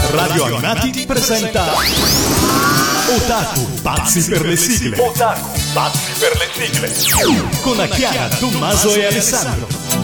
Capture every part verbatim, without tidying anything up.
Radio Animati presenta Otaku, pazzi per le sigle. Otaku, pazzi per le sigle. Con Chiara, Tommaso e Alessandro.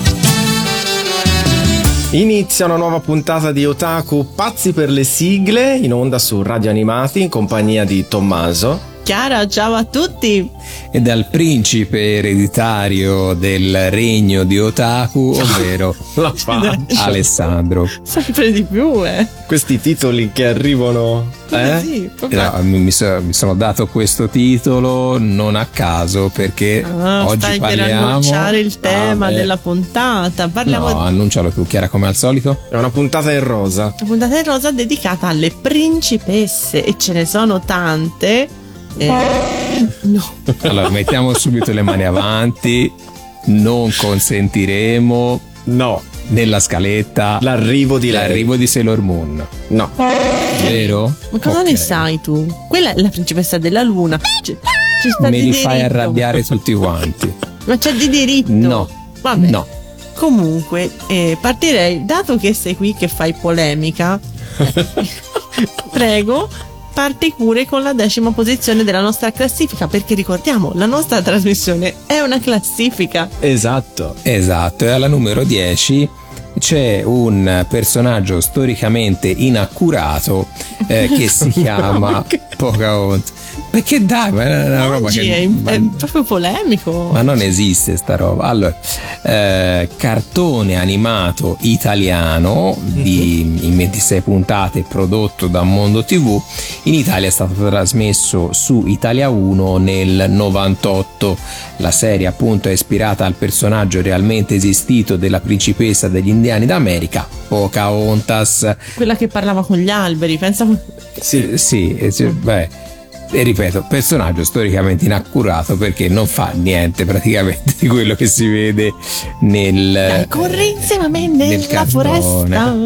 Inizia una nuova puntata di Otaku, pazzi per le sigle, in onda su Radio Animati in compagnia di Tommaso. Chiara, ciao a tutti! E dal principe ereditario del regno di Otaku, ovvero La faccia. Alessandro. Sempre di più, eh! Questi titoli che arrivano, eh? Sì, proprio. No, mi, so, mi sono dato questo titolo non a caso, perché Ah, oggi stai per parliamo. annunciare il tema Ah, beh. della puntata. Parliamo No, annuncialo tu, Chiara, come al solito. È una puntata in rosa. di una puntata in rosa dedicata alle principesse, e ce ne sono tante. Eh, no. Allora, mettiamo subito le mani avanti. Non consentiremo No, nella scaletta l'arrivo di lei. l'arrivo di Sailor Moon, No. vero? Ma cosa Ok. ne sai tu? Quella è la principessa della luna. Ci, ci sta Me di li diritto. fai arrabbiare tutti quanti. Ma c'è di diritto. No. Vabbè. No. Comunque, eh, partirei, dato che sei qui che fai polemica, prego, parti pure con la decima posizione della nostra classifica, perché ricordiamo, la nostra trasmissione è una classifica. Esatto. Esatto, e alla numero dieci c'è un personaggio storicamente inaccurato eh, che si chiama Pocahontas. Perché dai, ma è una roba Oggi che è, ma, è proprio polemico. ma non esiste sta roba. Allora, eh, cartone animato italiano di in ventisei puntate, prodotto da Mondo tivù. In Italia è stato trasmesso su Italia uno nel novantotto. La serie appunto è ispirata al personaggio realmente esistito della principessa degli indiani d'America, Pocahontas. Quella che parlava con gli alberi, pensa. Sì, sì, eh, sì, beh, e ripeto, personaggio storicamente inaccurato, perché non fa niente praticamente di quello che si vede nel Dai, corri insieme a me nella nel cartone. foresta.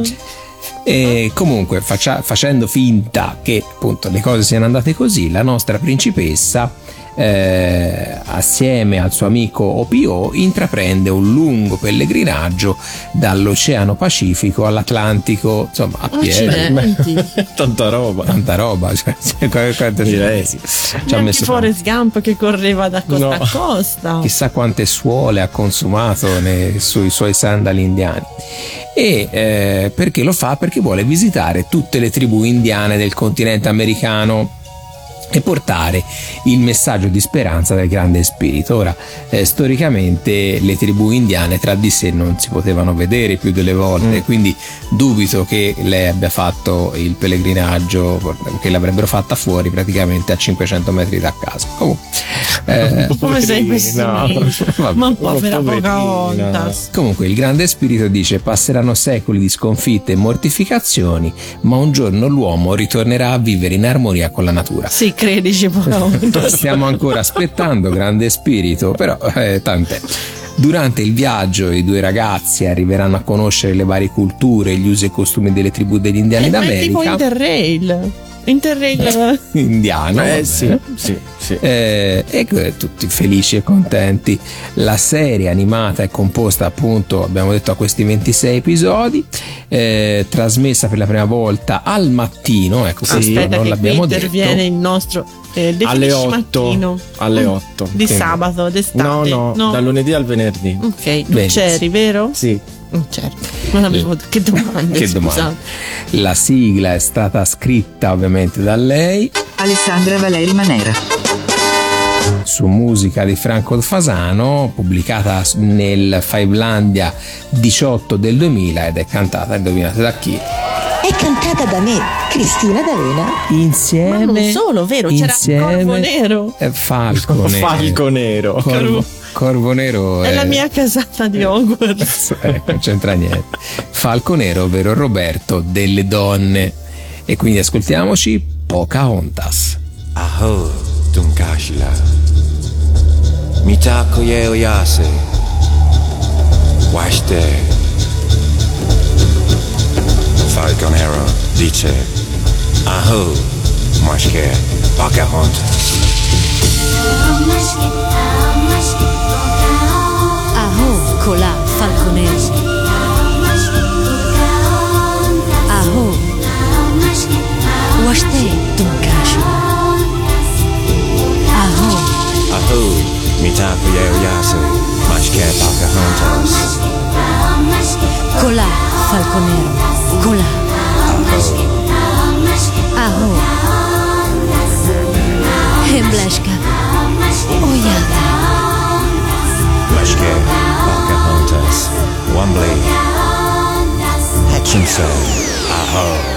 E comunque faccia- facendo finta che appunto le cose siano andate così, la nostra principessa eh, assieme al suo amico O P O intraprende un lungo pellegrinaggio dall'Oceano Pacifico all'Atlantico, insomma a piedi. Accidenti. Tanta roba. Tanta roba, cioè, cioè, qu- quanto ci, Direi. ci ha Neanche messo Forrest Gump che correva da costa No. a costa. chissà quante suole ha consumato nei- sui suoi sandali indiani. E eh, perché lo fa? Perché vuole visitare tutte le tribù indiane del continente americano e portare il messaggio di speranza del grande spirito. Ora, eh, storicamente le tribù indiane tra di sé non si potevano vedere più delle volte, Mm. quindi dubito che lei abbia fatto il pellegrinaggio, che l'avrebbero fatta fuori praticamente a cinquecento metri da casa. Comunque, eh, Come sei Poverina. pessimista? vabbè. Ma povera Poverina. Pocahontas. Comunque il grande spirito dice: passeranno secoli di sconfitte e mortificazioni, ma un giorno l'uomo ritornerà a vivere in armonia con la natura. Sì, credici Pocahontas. Stiamo ancora aspettando, grande spirito, però eh, tant'è. Durante il viaggio i due ragazzi arriveranno a conoscere le varie culture, gli usi e costumi delle tribù degli indiani Ma è tipo d'America. Interrail. Interrail. Indiano, Eh vabbè. sì, sì, sì. Eh, e que- tutti felici e contenti. La serie animata è composta appunto, abbiamo detto, a questi ventisei episodi, eh, trasmessa per la prima volta al mattino, ecco, questo Aspetta non che l'abbiamo qui detto. interviene il nostro eh, Alle definisci otto. mattino. Alle Mm. otto. Di Sì. sabato, d'estate. No, no, dal lunedì al venerdì. Ok, tu Benissimo. c'eri, vero? Sì. Mm, certo. Non avevo... Che domande, Che scusate. domanda. La sigla è stata scritta ovviamente da lei, Alessandra Valeri Manera. su musica di Franco Fasano, pubblicata nel Fivelandia diciotto del duemila, ed è cantata, indovinate da chi? È cantata da me, Cristina D'Avena. Insieme. Ma non solo, vero? C'era insieme, Corvo Nero. eh, Falco Nero. Falco nero. Corvo, Corvo Nero È la mia casata di Hogwarts. Ecco, non c'entra niente. Falco Nero, ovvero Roberto delle donne. E quindi ascoltiamoci Pocahontas. Aho, Tunkashila. Mitako yeo yase. Washte. Falconero dice: Aho, Mashke, Pocahontas. Aho, colà, falconero. Aho, Cola. Aho. Emblashka. Oyada. Leshke, Pocahontas, Wembley, Hutchinson, Aho.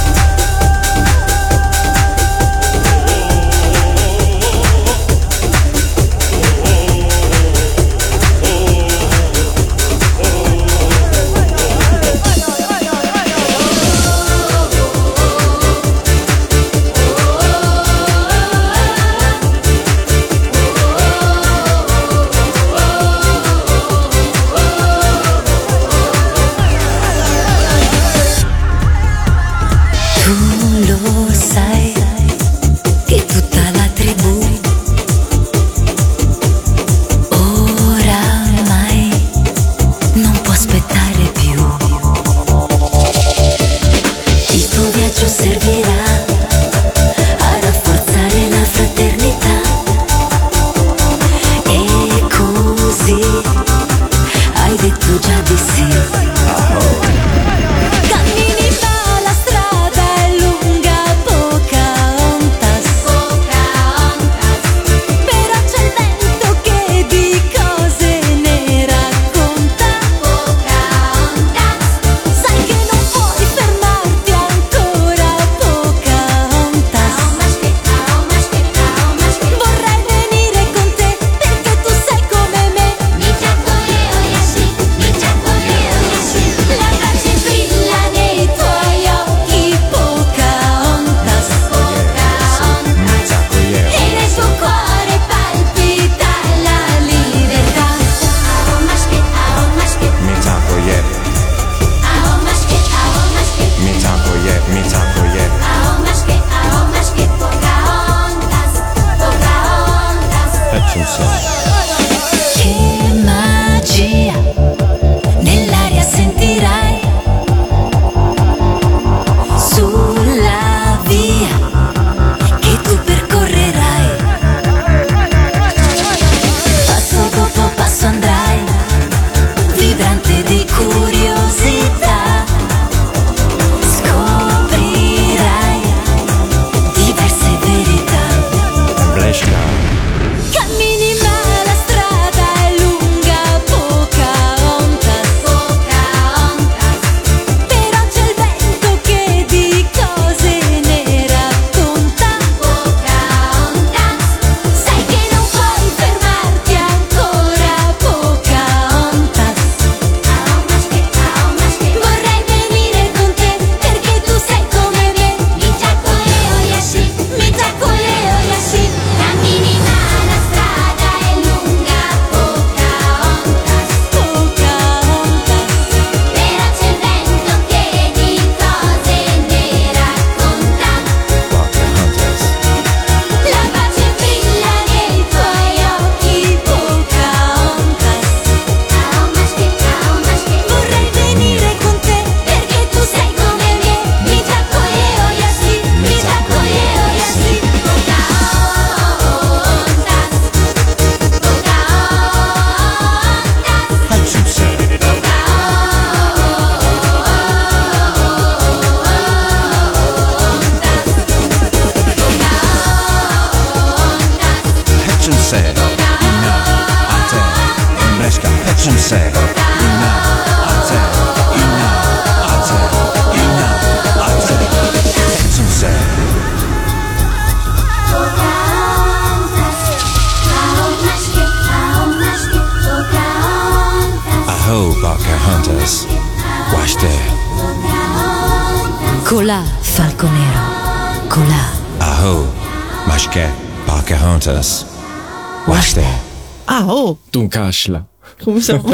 Cola, falco nero. Cola. Aho, Mashke, Pocahontas, Washte. Ah, oh, Dunkashla. come siamo?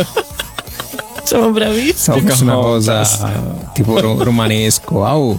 Siamo bravissimi. Fosse una cosa tipo ro- romanesco. Au.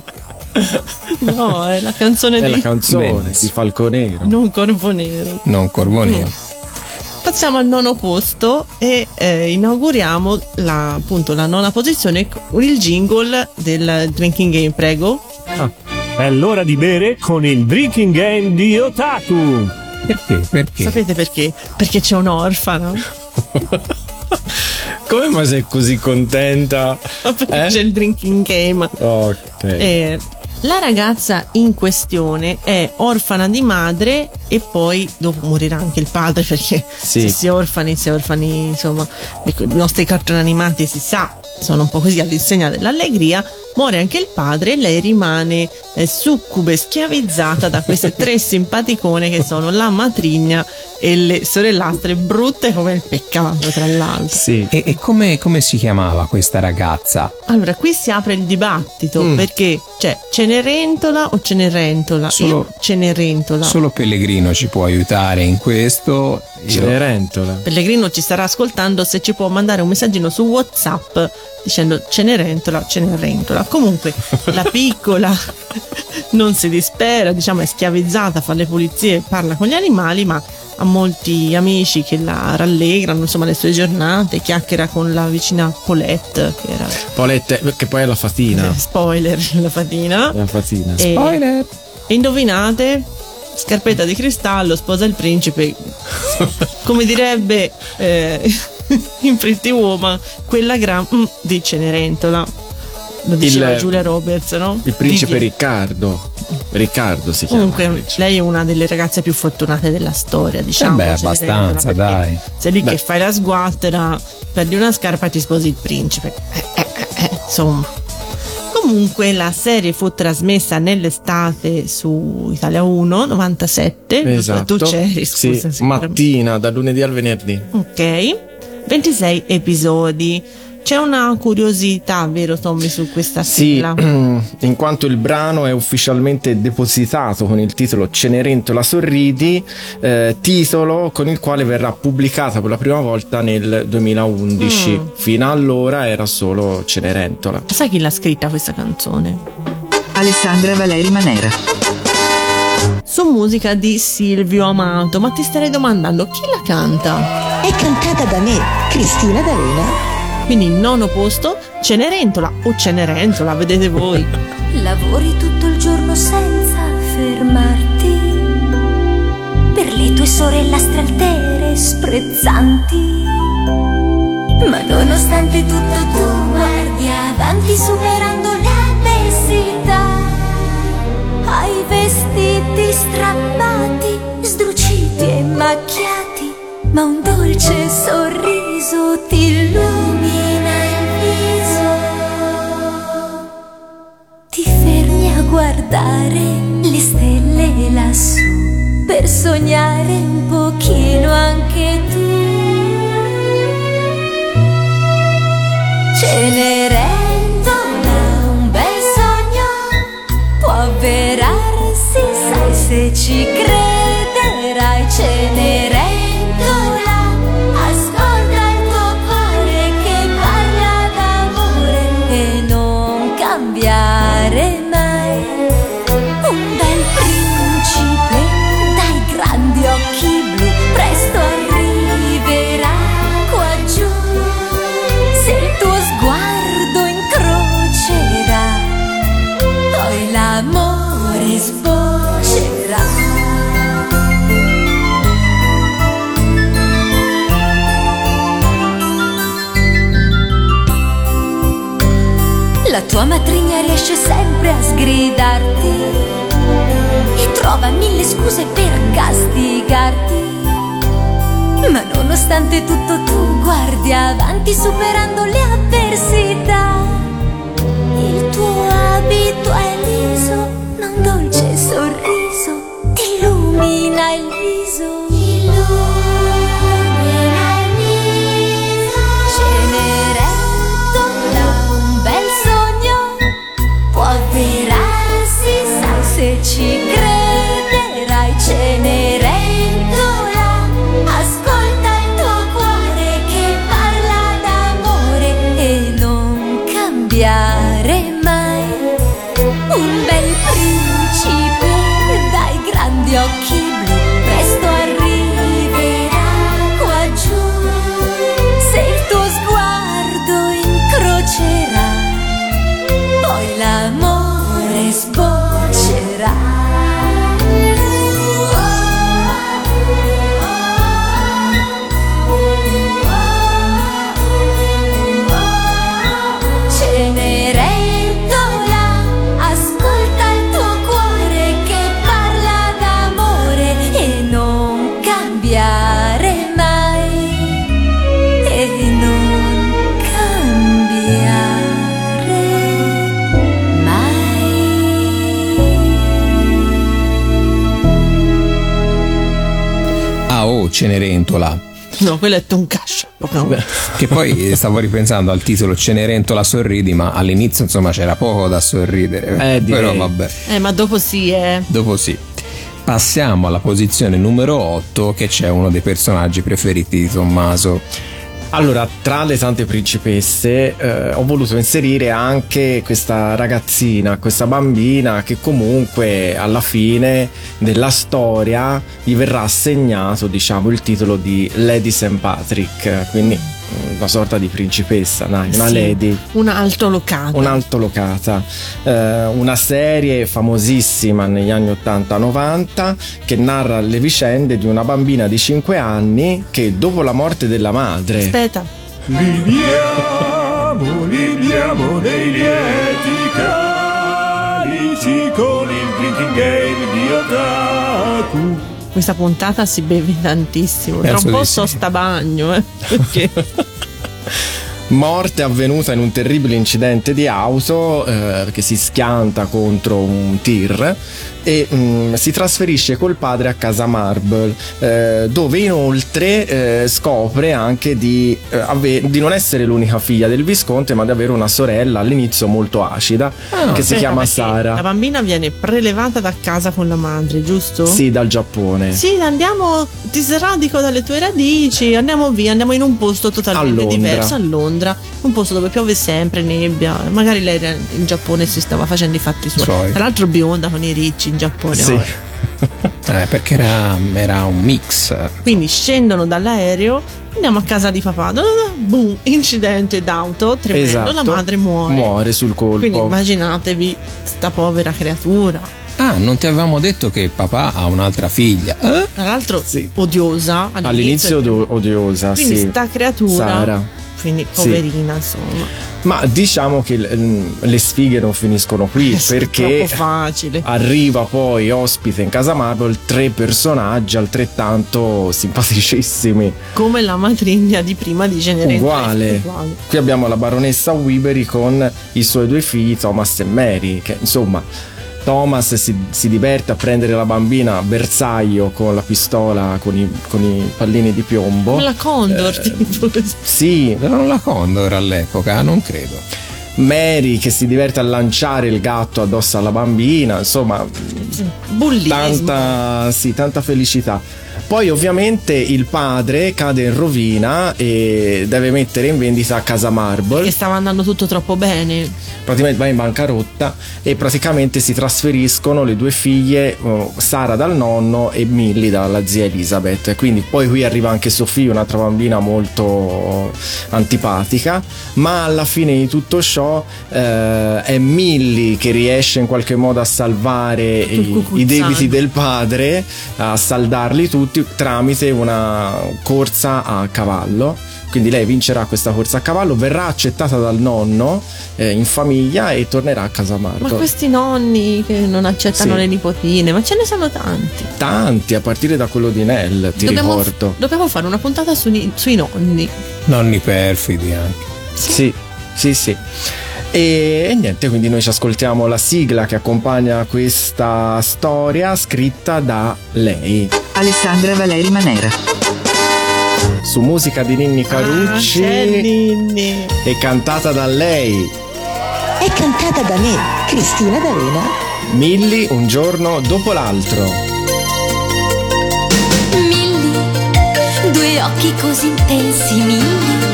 No, è la canzone È di la canzone Bene. di Falco Nero. Non Corvo Nero. Non Corvo Nero. Passiamo al nono posto e eh, inauguriamo la, appunto la nona posizione con il jingle del drinking game, prego. Ah, è l'ora di bere con il drinking game di Otaku. Perché? Perché? Sapete perché? Perché c'è un orfano. Come mai sei così contenta? Perché Eh? c'è il drinking game. Ok. Eh, la ragazza in questione è orfana di madre e poi dopo morirà anche il padre, perché Sì. se si è orfani, si è orfani, insomma, i nostri cartoni animati si sa, sono un po' così all'insegna dell'allegria. Muore anche il padre e lei rimane eh, succube, schiavizzata da queste tre simpaticone che sono la matrigna e le sorellastre, brutte come il peccato, tra l'altro. Sì. E, e come, come si chiamava questa ragazza? Allora, qui si apre il dibattito, Mm. perché c'è Cenerentola o Cenerentola? Solo- Io Cenerentola. Solo Pellegrino ci può aiutare in questo. Io- Cenerentola. Pellegrino ci starà ascoltando, se ci può mandare un messaggino su WhatsApp dicendo Cenerentola, Cenerentola. Comunque la piccola non si dispera, diciamo è schiavizzata, fa le pulizie, parla con gli animali, ma ha molti amici che la rallegrano, insomma, le sue giornate, chiacchiera con la vicina Paulette, che era Paulette, che poi è la fatina. eh, spoiler, la fatina. La fatina. E- Spoiler! E indovinate? Scarpetta di cristallo, sposa il principe. Come direbbe eh, in Pretty Woman, quella gran mm, di Cenerentola. Lo diceva Il- Giulia Roberts, no? Il principe Di- Riccardo. Riccardo si chiama. il Comunque, principe. lei è una delle ragazze più fortunate della storia, diciamo. Eh beh, Cenerentola, abbastanza, perché dai. Sei lì Beh. che fai la sguattera, perdi una scarpa e ti sposi il principe. Eh, eh, eh, eh, insomma. Comunque la serie fu trasmessa nell'estate su Italia uno novantasette. Esatto. Tu c'eri, Sì, scusa. sicuramente. mattina, da lunedì al venerdì. Ok, ventisei episodi. C'è una curiosità, vero Tommy, su questa Sì, sigla? in quanto il brano è ufficialmente depositato con il titolo Cenerentola Sorridi, eh, titolo con il quale verrà pubblicata per la prima volta nel duemilaundici. Mm. Fino allora era solo Cenerentola. Sai chi l'ha scritta questa canzone? Alessandra Valeri Manera. Su musica di Silvio Amato, ma ti starei domandando chi la canta? È cantata da me, Cristina D'Arena. Quindi il nono posto, Cenerentola o Cenerentola, vedete voi. Lavori tutto il giorno senza fermarti per le tue sorellastre altere sprezzanti, ma nonostante tutto tu guardi avanti superando l'avversità. Hai vestiti strappati, sdruciti e macchiati, ma un dolce sorriso ti illumina il viso. Ti fermi a guardare le stelle lassù per sognare un pochino anche tu. Cenerentola, un bel sogno può avverarsi, sai se ci crederai. Cenerentola, ascolta il tuo cuore che parla d'amore e non cambiare mai. Un bel principe dai grandi occhi blu presto arriverà qua giù. Se il tuo sguardo incrocerà, poi l'amore sboccerà. La tua matrigna riesce sempre a sgridarti e trova mille scuse per castigarti, ma nonostante tutto tu guardi avanti superando le avversità. Il tuo abito è liso, ma un dolce sorriso ti illumina il viso. Illumina il viso. Cenerentola, un bel sogno può avverarsi, sai se ci crederai. Cenerentola, ascolta il tuo cuore che parla d'amore e non cambiare mai. Un bel principe dai grandi occhi blu presto arriverà qua giù. Se il tuo sguardo incrocerà, poi l'amore sboccerà. Ah oh Cenerentola. No, quello è Tonkasha. Che poi stavo ripensando al titolo Cenerentola sorridi, ma all'inizio insomma c'era poco da sorridere. Eh, però vabbè. Eh, ma dopo sì, eh. Dopo sì. Passiamo alla posizione numero otto, che c'è uno dei personaggi preferiti di Tommaso. Allora, tra le tante principesse eh, ho voluto inserire anche questa ragazzina, questa bambina che comunque alla fine della storia gli verrà assegnato, diciamo, il titolo di Lady Saint Patrick, quindi una sorta di principessa, dai, una sì, lady. Un'altolocata. Un'altolocata. Eh, una serie famosissima negli anni ottanta novanta che narra le vicende di una bambina di cinque anni che dopo la morte della madre... Aspetta. Libiamo, libiamo nei lieti calici con il drinking game di Otaku. Questa puntata si beve tantissimo. Tra un po' so sta bagno, eh, perché... Morte avvenuta in un terribile incidente di auto eh, che si schianta contro un tir e mh, si trasferisce col padre a Casa Marble, eh, dove inoltre eh, scopre anche di, eh, ave- di non essere l'unica figlia del visconte, ma di avere una sorella all'inizio molto acida ah, che si chiama Sara. La bambina viene prelevata da casa con la madre, giusto? Sì, dal Giappone. Sì, andiamo, ti sradico dalle tue radici, andiamo via, andiamo in un posto totalmente diverso, a Londra, un posto dove piove sempre, nebbia. Magari lei era in Giappone e si stava facendo i fatti suoi. Suoi. Tra l'altro bionda con i ricci in Giappone. Sì. eh, perché era, era un mix. Quindi scendono dall'aereo, andiamo a casa di papà, boom, incidente d'auto tremendo, esatto. La madre muore. Muore sul colpo. Quindi immaginatevi sta povera creatura. Ah, non ti avevamo detto che papà ha un'altra figlia? Eh? Tra l'altro sì. odiosa. All'inizio, all'inizio odiosa, quindi sì. sta creatura. Sara. Quindi poverina, sì. Insomma. Ma diciamo che le sfighe non finiscono qui, è perché troppo facile. Arriva poi ospite in Casa Marble tre personaggi altrettanto simpaticissimi. Come la matrigna di prima di Cenerentola. Uguale. Uguale. Qui abbiamo la baronessa Weavery con i suoi due figli Thomas e Mary, che insomma... Thomas si, si diverte a prendere la bambina a bersaglio con la pistola, con i, con i pallini di piombo. La Condor, eh, tipo. Sì, erano la Condor all'epoca, non credo. Mary che si diverte a lanciare il gatto addosso alla bambina, insomma, bullismo. Tanta, sì, tanta felicità. Poi ovviamente il padre cade in rovina e deve mettere in vendita Casa Marble. Che stava andando tutto troppo bene. Praticamente va in bancarotta e praticamente si trasferiscono le due figlie, Sara dal nonno e Millie dalla zia Elizabeth. Quindi poi qui arriva anche Sophie, un'altra bambina molto antipatica, ma alla fine di tutto ciò eh, è Millie che riesce in qualche modo a salvare i, i debiti del padre, a saldarli tutti tramite una corsa a cavallo. Quindi lei vincerà questa corsa a cavallo, verrà accettata dal nonno eh, in famiglia e tornerà a Casa Marble. Ma questi nonni che non accettano sì. le nipotine, ma ce ne sono tanti. Tanti, a partire da quello di Nell, ti dobbiamo, ricordo. Dobbiamo fare una puntata su, sui nonni. Nonni perfidi anche. Sì, sì, sì. E, e niente, quindi noi ci ascoltiamo la sigla che accompagna questa storia scritta da lei, Alessandra Valeri Manera, su musica di Ninni Carucci. Ah, Ninni. E cantata da lei, è cantata da me, Cristina D'Avena. Millie, un giorno dopo l'altro. Millie, due occhi così intensi, Millie.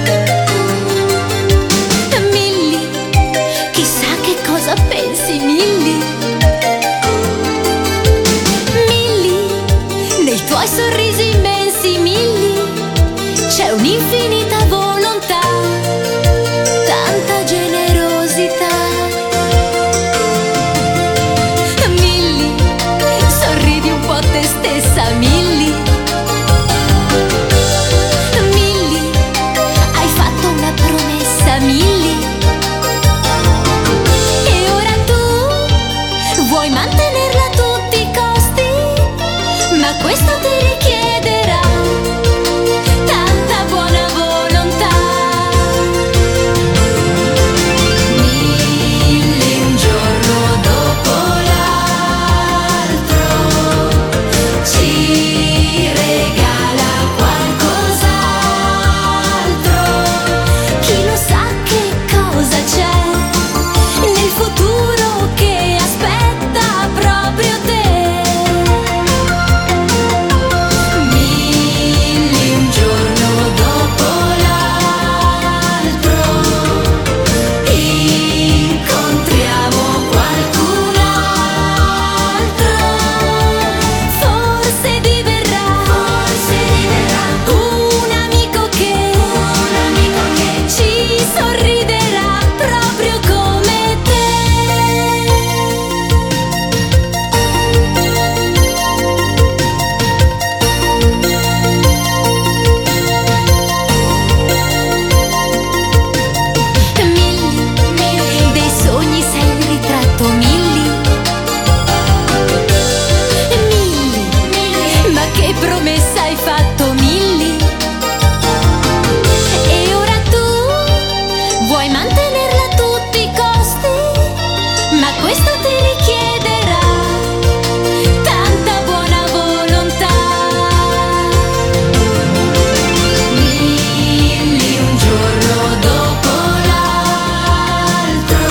Millie, chissà che cosa pensi, Millie. Millie, nei tuoi sorrisi immensi, Millie, c'è un'infinita volontà, tanta generosità. Millie, sorridi un po' te stessa, Millie. Millie, hai fatto una promessa, Millie. E ora tu questo ti richiederà tanta buona volontà. Milli un giorno dopo l'altro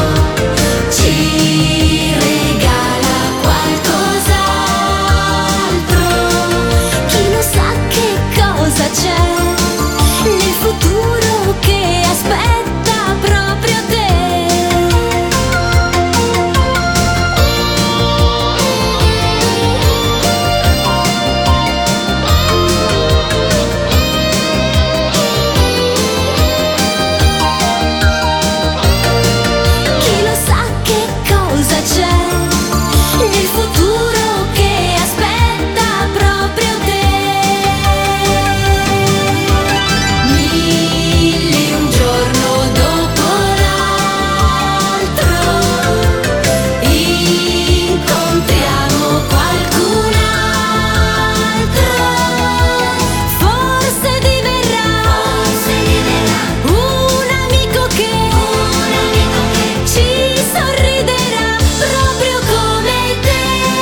ci regala qualcos'altro. Chi lo sa che cosa c'è nel futuro che aspetta proprio te. Chi lo sa che cosa c'è nel futuro che aspetta proprio te. Milli un giorno dopo l'altro incontriamo qualcun altro. Forse diverrà un amico che ci sorriderà proprio come te.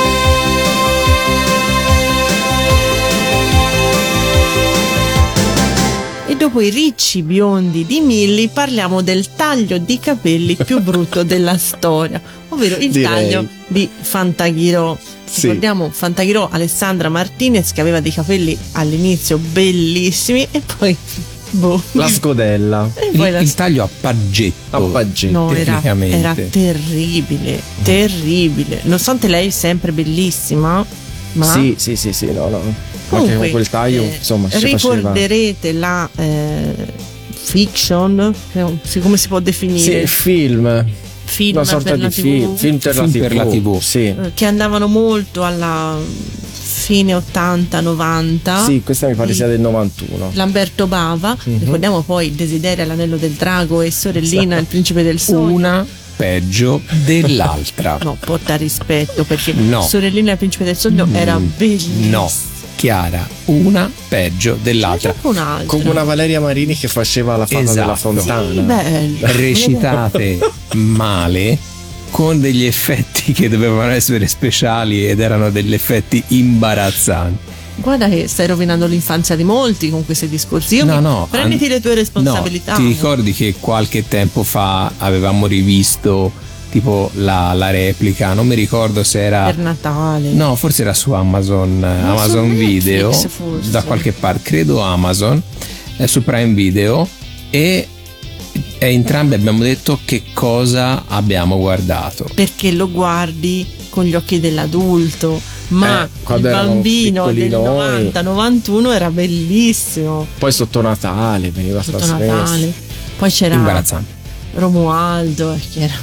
E dopo i ricci biondi di Milli parliamo del taglio di capelli più brutto della storia, ovvero il Direi. taglio di Fantaghirò. Sì. Ricordiamo Fantaghirò, Alessandra Martinez, che aveva dei capelli all'inizio bellissimi e poi boh. La scodella. E Il, poi la- il taglio a paggetto. A paggetto. No, era, tecnicamente. era terribile, terribile. Nonostante lei sempre bellissima, ma Sì, sì, sì, sì, no, no. Ma che comunque, con quel taglio, eh, insomma, si faceva. ricorderete la eh, fiction, che- come si può definire? Sì, film. Film Una sorta per la di tivù, film. Film per la Film tivù. per la tivù. Sì. eh, che andavano molto alla fine ottanta novanta. Sì, questa mi pare di sia del novantuno. Lamberto Bava. Mhm. Ricordiamo poi Desideria, l'anello del drago, e Sorellina, il principe del sogno. Una peggio dell'altra. No, porta rispetto, perché No. Sorellina e il principe del sogno era Mm, bellissimo. No, Chiara, una peggio dell'altra. C'era un'altra. Come una Valeria Marini che faceva la fata Esatto. della fontana. Bello. Recitate male, con degli effetti che dovevano essere speciali ed erano degli effetti imbarazzanti. Guarda che stai rovinando l'infanzia di molti con questi discorsi. Io No, mi- no, prenditi an- le tue responsabilità. No, ti ricordi che qualche tempo fa avevamo rivisto tipo la, la replica, non mi ricordo se era Per Natale. no, forse era su Amazon, Amazon su Video, Netflix, forse. da qualche parte, credo Amazon, eh, su Prime Video, e, e entrambi abbiamo detto che cosa abbiamo guardato. Perché lo guardi con gli occhi dell'adulto, ma Eh, il quando erano bambino del piccoli noi. novanta novantuno era bellissimo. Poi sotto Natale veniva Sotto trasmesso. Natale. Poi c'era Imbarazzante. Romualdo, che era.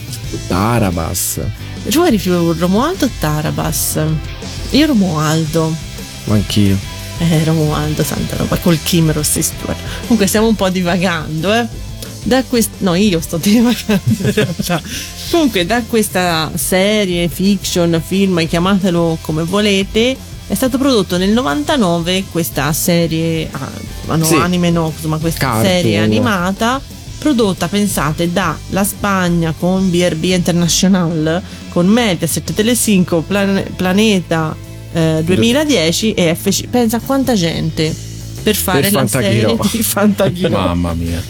Tarabas. Tu eri più Romualdo o Tarabas? Io Romualdo. Ma anch'io. Eh, Romualdo, santa roba, col Kim Rossi Stewart. Comunque stiamo un po' divagando, eh. Da quest- no, io sto divagando in realtà. Comunque, da questa serie, fiction, film, chiamatelo come volete, è stato prodotto nel novantanove questa serie, ah, no, Sì. anime no, ma questa Cartoon. serie animata, prodotta, pensate, dalla Spagna con B R B International, con Mediaset, Telecinco, Plan- Planeta eh, duemiladieci e F C. Pensa a quanta gente per fare Per la Fantaghirò. serie di Fantaghirò. Mamma mia.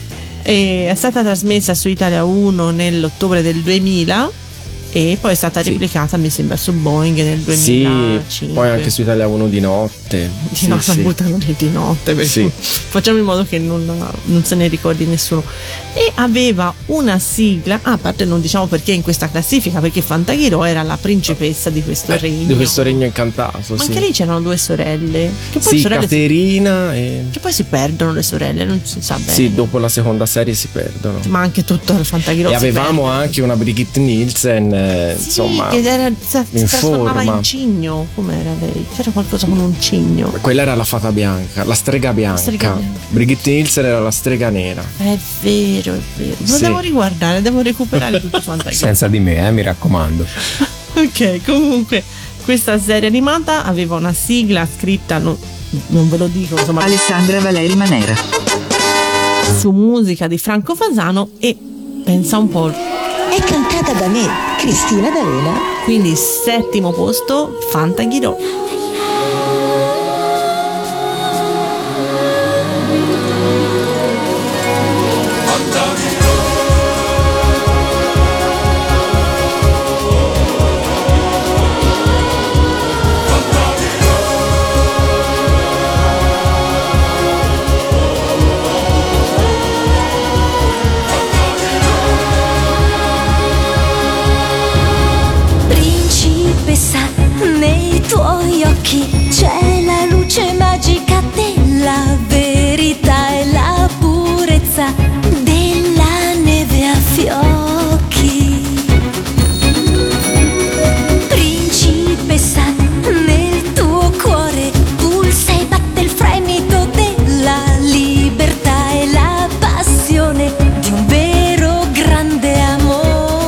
E è stata trasmessa su Italia uno nell'ottobre del duemila e poi è stata Sì. replicata, mi sembra, su Boeing nel Sì, duemilacinque. poi anche su Italia uno di notte. Di Sì, notte, sì. buttano lì di notte, perché Sì. facciamo in modo che non, non se ne ricordi nessuno. E aveva una sigla, ah, a parte non diciamo perché in questa classifica, perché Fantaghirò era la principessa di questo Eh, regno. di questo regno incantato. Ma sì. anche lì c'erano due sorelle, che poi Sì, sorelle si, Caterina e. che poi si perdono le sorelle, non si sa bene. Sì, dopo la seconda serie si perdono. Ma anche tutto il Fantaghirò E si avevamo perde. anche una Brigitte Nielsen, eh, Sì, insomma. che era, si in trasformava forma. in cigno. Com'era lei? C'era qualcosa con un cigno. Quella era la fata bianca, la strega bianca. strega bianca. Brigitte Nielsen era la strega nera. È vero, è vero. Lo Sì. devo riguardare, devo recuperare tutto Fantaghirò. Senza di me, eh, mi raccomando. Ok, comunque questa serie animata aveva una sigla scritta, no- non ve lo dico, insomma, Alessandra Valeri Manera. su musica di Franco Fasano e pensa un po', è cantata da me, Cristina D'Avena. Quindi settimo posto, Fantaghirò. Nei tuoi occhi c'è la luce magica della verità e la purezza della neve a fiocchi. Principessa, nel tuo cuore pulsa e batte il fremito della libertà e la passione di un vero grande amore.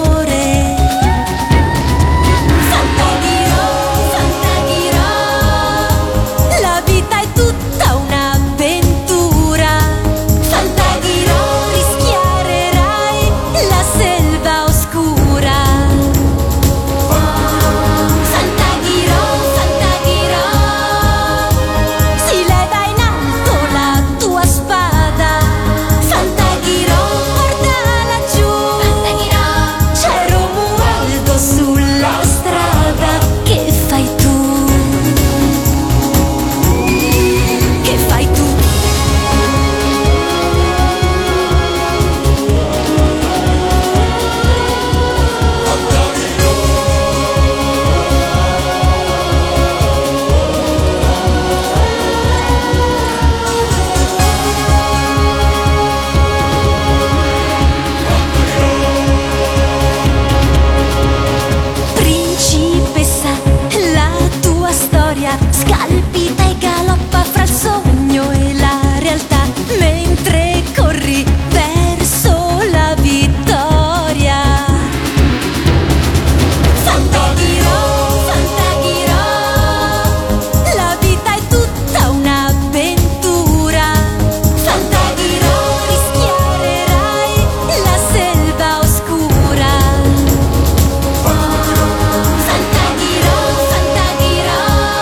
Scalpita e galoppa fra il sogno e la realtà mentre corri verso la vittoria. Fantaghirò, Fantaghirò, la vita è tutta un'avventura. Fantaghirò, rischiarerai la selva oscura. Fantaghirò, Fantaghirò,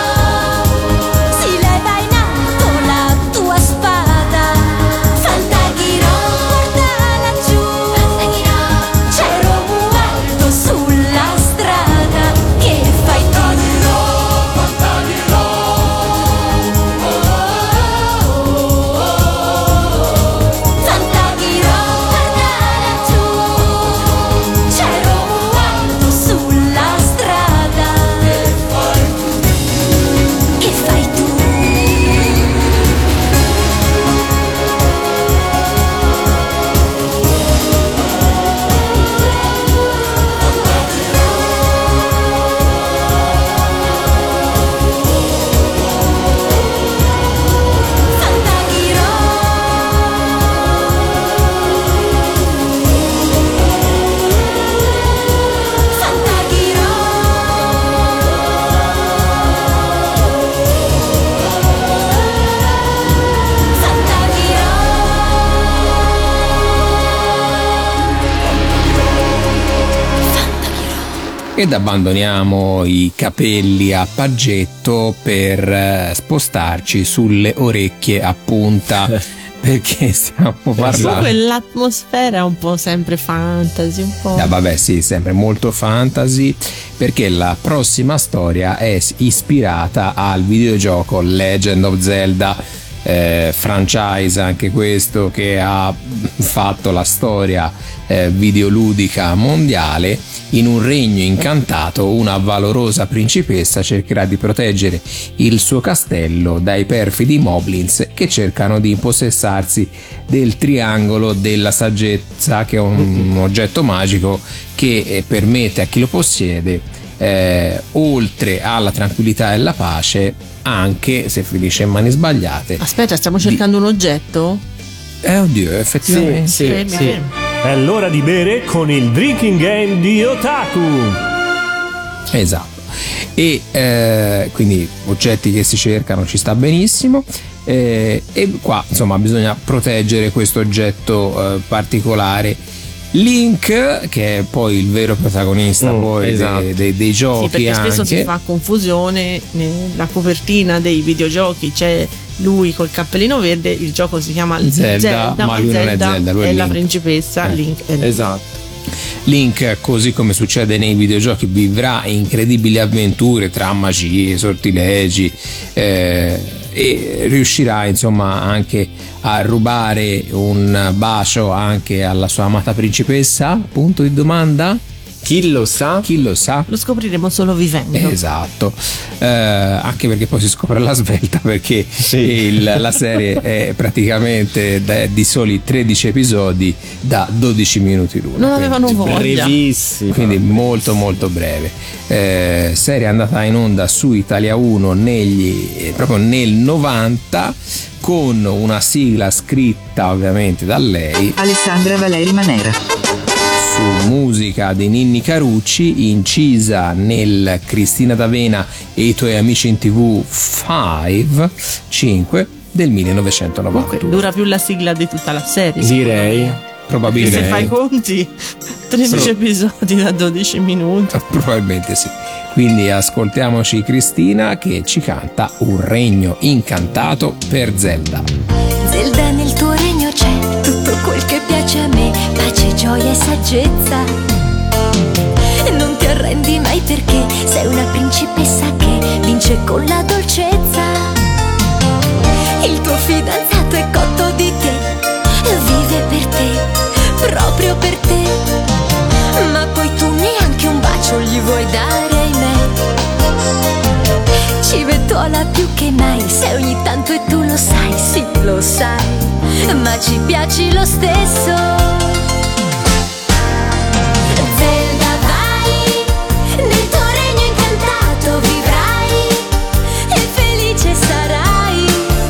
Ed abbandoniamo i capelli a paggetto per spostarci sulle orecchie a punta, perché stiamo parlando. Comunque l'atmosfera è un po' sempre fantasy, un po'. Ah, vabbè, sì, sempre molto fantasy, perché la prossima storia è ispirata al videogioco Legend of Zelda, eh, franchise anche questo che ha fatto la storia eh, videoludica mondiale. In un regno incantato, una valorosa principessa cercherà di proteggere il suo castello dai perfidi moblins che cercano di impossessarsi del triangolo della saggezza, che è un oggetto magico che permette a chi lo possiede, eh, oltre alla tranquillità e alla pace, anche se finisce in mani sbagliate. Aspetta, stiamo cercando di... un oggetto? Eh, oddio, effettivamente. Sì, sì, sì, sì. È l'ora di bere con il drinking game di Otaku. Esatto. E eh, quindi oggetti che si cercano, ci sta benissimo. Eh, e qua insomma bisogna proteggere questo oggetto eh, particolare Link, che è poi il vero protagonista Mm, poi esatto. dei, dei, dei giochi, Sì, perché spesso anche si fa confusione nella copertina dei videogiochi, c'è lui col cappellino verde, il gioco si chiama Zelda, ma lui non è Zelda, lui è è la Link. principessa, Eh. Link è Link. Esatto. Link, così come succede nei videogiochi, vivrà incredibili avventure tra magie, sortilegi, eh, e riuscirà insomma anche a rubare un bacio anche alla sua amata principessa? Punto di domanda? Chi lo sa? Chi lo sa? Lo scopriremo solo vivendo. Esatto, eh, anche perché poi si scopre la svelta, perché Sì. il- la serie è praticamente da- di soli tredici episodi da dodici minuti l'uno. Non avevano quindi- voglia. Brevissimo. quindi molto molto breve. Eh, serie andata in onda su Italia uno negli, eh, proprio nel novanta, con una sigla scritta ovviamente da lei, Alessandra Valeri Manera. su musica di Ninni Carucci, incisa nel Cristina D'Avena e i tuoi amici in tv cinque del millenovecentonovantuno. Comunque dura più la sigla di tutta la serie. Direi. Perché Probabilmente se fai i conti, tredici Pro- episodi da dodici minuti. Probabilmente sì. Quindi ascoltiamoci Cristina che ci canta Un regno incantato per Zelda. Zelda, nel tuo regno c'è tutto quel che piace a me, pace, gioia e saggezza. Non ti arrendi mai perché sei una principessa che vince con la dolcezza. Il tuo fidanzato è cotto di te, vive per te, proprio per te. Ma poi tu neanche un bacio gli vuoi dare, ahimè. Ci vettola più che mai, se ogni tanto e tu lo sai, sì lo sai, ma ci piaci lo stesso. Zelda, vai, nel tuo regno incantato vivrai e felice sarai.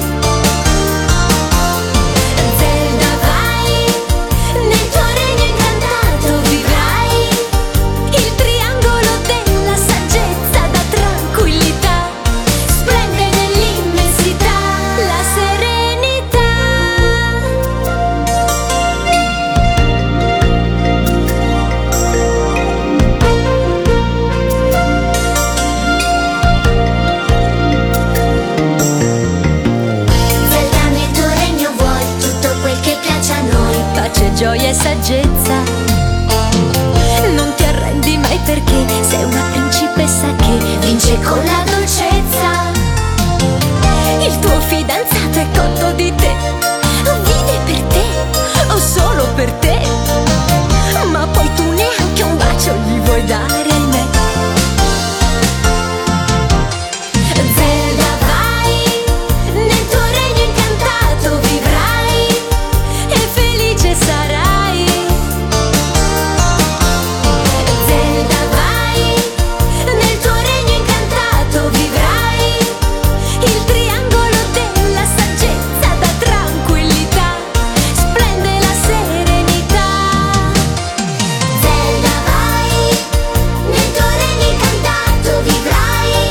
Zelda, vai, nel tuo regno incantato vivrai il triangolo della saggezza da tranquillità, splende nell'immensità la serenità. Zelda, nel tuo regno vuoi tutto quel che piace a noi, pace, gioia e saggezza. Non ti arrendi mai perché sei una principessa che vince con la dolcezza. Il tuo fidanzato è cotto di te, vive per te o solo per te. Ma poi tu neanche un bacio gli vuoi dare, ahimè. Zelda, vai, nel tuo regno incantato vivrai e felice sarai. Zelda, vai, nel tuo regno incantato vivrai il triangolo della saggezza da tranquillità, splende la serenità. Zelda, vai, nel tuo regno incantato vivrai.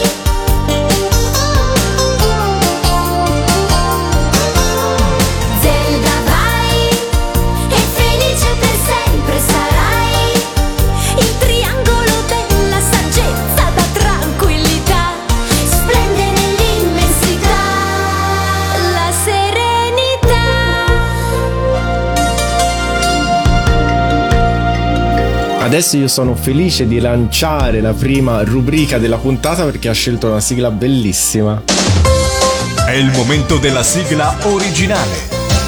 Zelda, vai, e felice per sempre sarai. Il triangolo della saggezza da tranquillità, splende nell'immensità la serenità. Adesso io sono felice di lanciare la prima rubrica della puntata perché ha scelto una sigla bellissima. È il momento della sigla originale.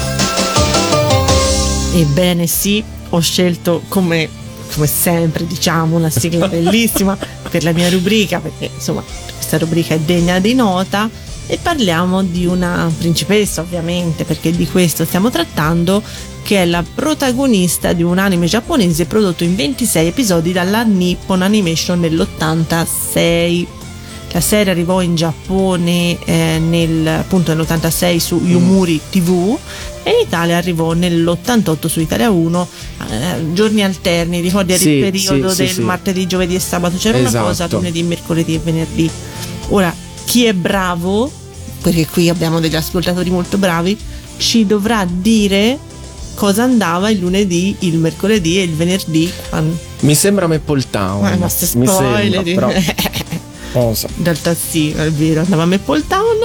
Ebbene sì, ho scelto come, come sempre diciamo una sigla bellissima per la mia rubrica, perché insomma questa rubrica è degna di nota, e parliamo di una principessa ovviamente, perché di questo stiamo trattando, che è la protagonista di un anime giapponese prodotto in ventisei episodi dalla Nippon Animation nell'ottantasei. La serie arrivò in Giappone eh, nel, appunto nell'ottantasei su Yomiuri tivù e in Italia arrivò nell'ottantotto su Italia uno, eh, giorni alterni, ricordi era Sì, il periodo sì, del sì, sì. martedì, giovedì e sabato, c'era Esatto. una cosa lunedì, mercoledì e venerdì. Ora, chi è bravo, perché qui abbiamo degli ascoltatori molto bravi, ci dovrà dire cosa andava il lunedì, il mercoledì e il venerdì. Mi sembra Maple Town. Ma, ma se mi spoiler, sembra, però non lo so. In realtà sì, è vero, andava a Maple Town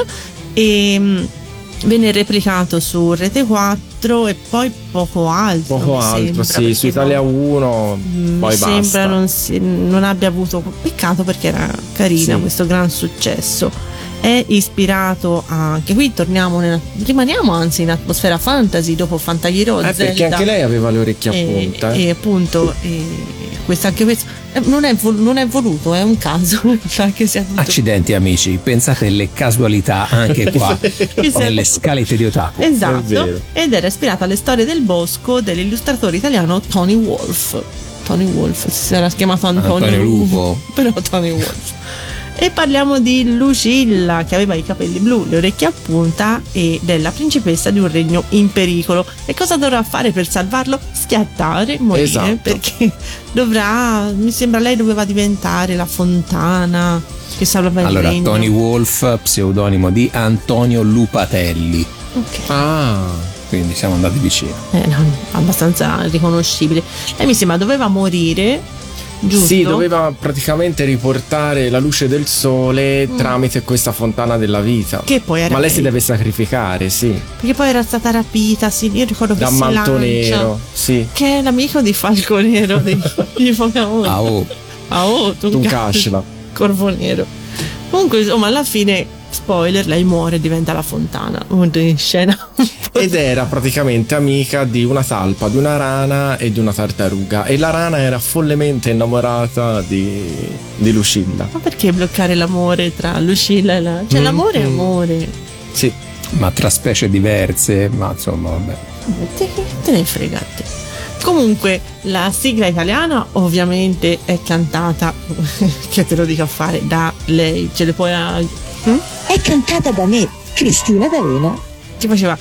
e mh, venne replicato su Rete quattro e poi poco altro. Poco altro, sì, su Italia uno mh, poi mi basta. sembra non, si, non abbia avuto, peccato perché era carina, Sì. questo gran successo. È ispirato a, anche qui torniamo nella, rimaniamo anzi in atmosfera fantasy dopo Fantagiro Eh, perché Zelda, anche lei aveva le orecchie a e, punta. eh. e appunto e questo, anche questo eh, non è, vol- non è voluto, è un caso che sia tutto. Accidenti amici, pensate alle casualità anche qua nelle scalette di Otaku. Esatto, ed era ispirata alle storie del bosco dell'illustratore italiano Tony Wolf. Tony Wolf si era chiamato Antonio, Antonio Lupo, però Tony Wolf. E parliamo di Lucilla, che aveva i capelli blu, le orecchie a punta e della principessa di un regno in pericolo. E cosa dovrà fare per salvarlo? Schiattare, morire, Esatto. perché dovrà, mi sembra lei doveva diventare la fontana che salvava il allora regno. Tony Wolf, pseudonimo di Antonio Lupatelli. Ok. Ah, quindi siamo andati vicino. Eh, no, abbastanza riconoscibile. Lei mi sembra doveva morire, giusto? sì, doveva praticamente riportare la luce del sole Mm. tramite questa fontana della vita. Che poi era Ma lei si lei. deve sacrificare, sì. Perché poi era stata rapita, sì, io ricordo che Da si Manto lancia, Nero, sì. che è l'amico di Falco Nero di, di Pokémon. Ah, oh. Ah, oh, tu Tu cazzo, cascela. Corvo Nero. Comunque, insomma, alla fine, spoiler, lei muore e diventa la fontana. Molto in scena. Ed era praticamente amica di una talpa, di una rana e di una tartaruga. E la rana era follemente innamorata di, di Lucilla. Ma perché bloccare l'amore tra Lucilla e la... Cioè, Mm, l'amore è mm. amore. Sì. Ma tra specie diverse, ma insomma vabbè. Te, te ne frega a te. Comunque la sigla italiana ovviamente è cantata che te lo dico a fare da lei, ce le puoi a... hm? È cantata da me, Cristina D'Avena. Che faceva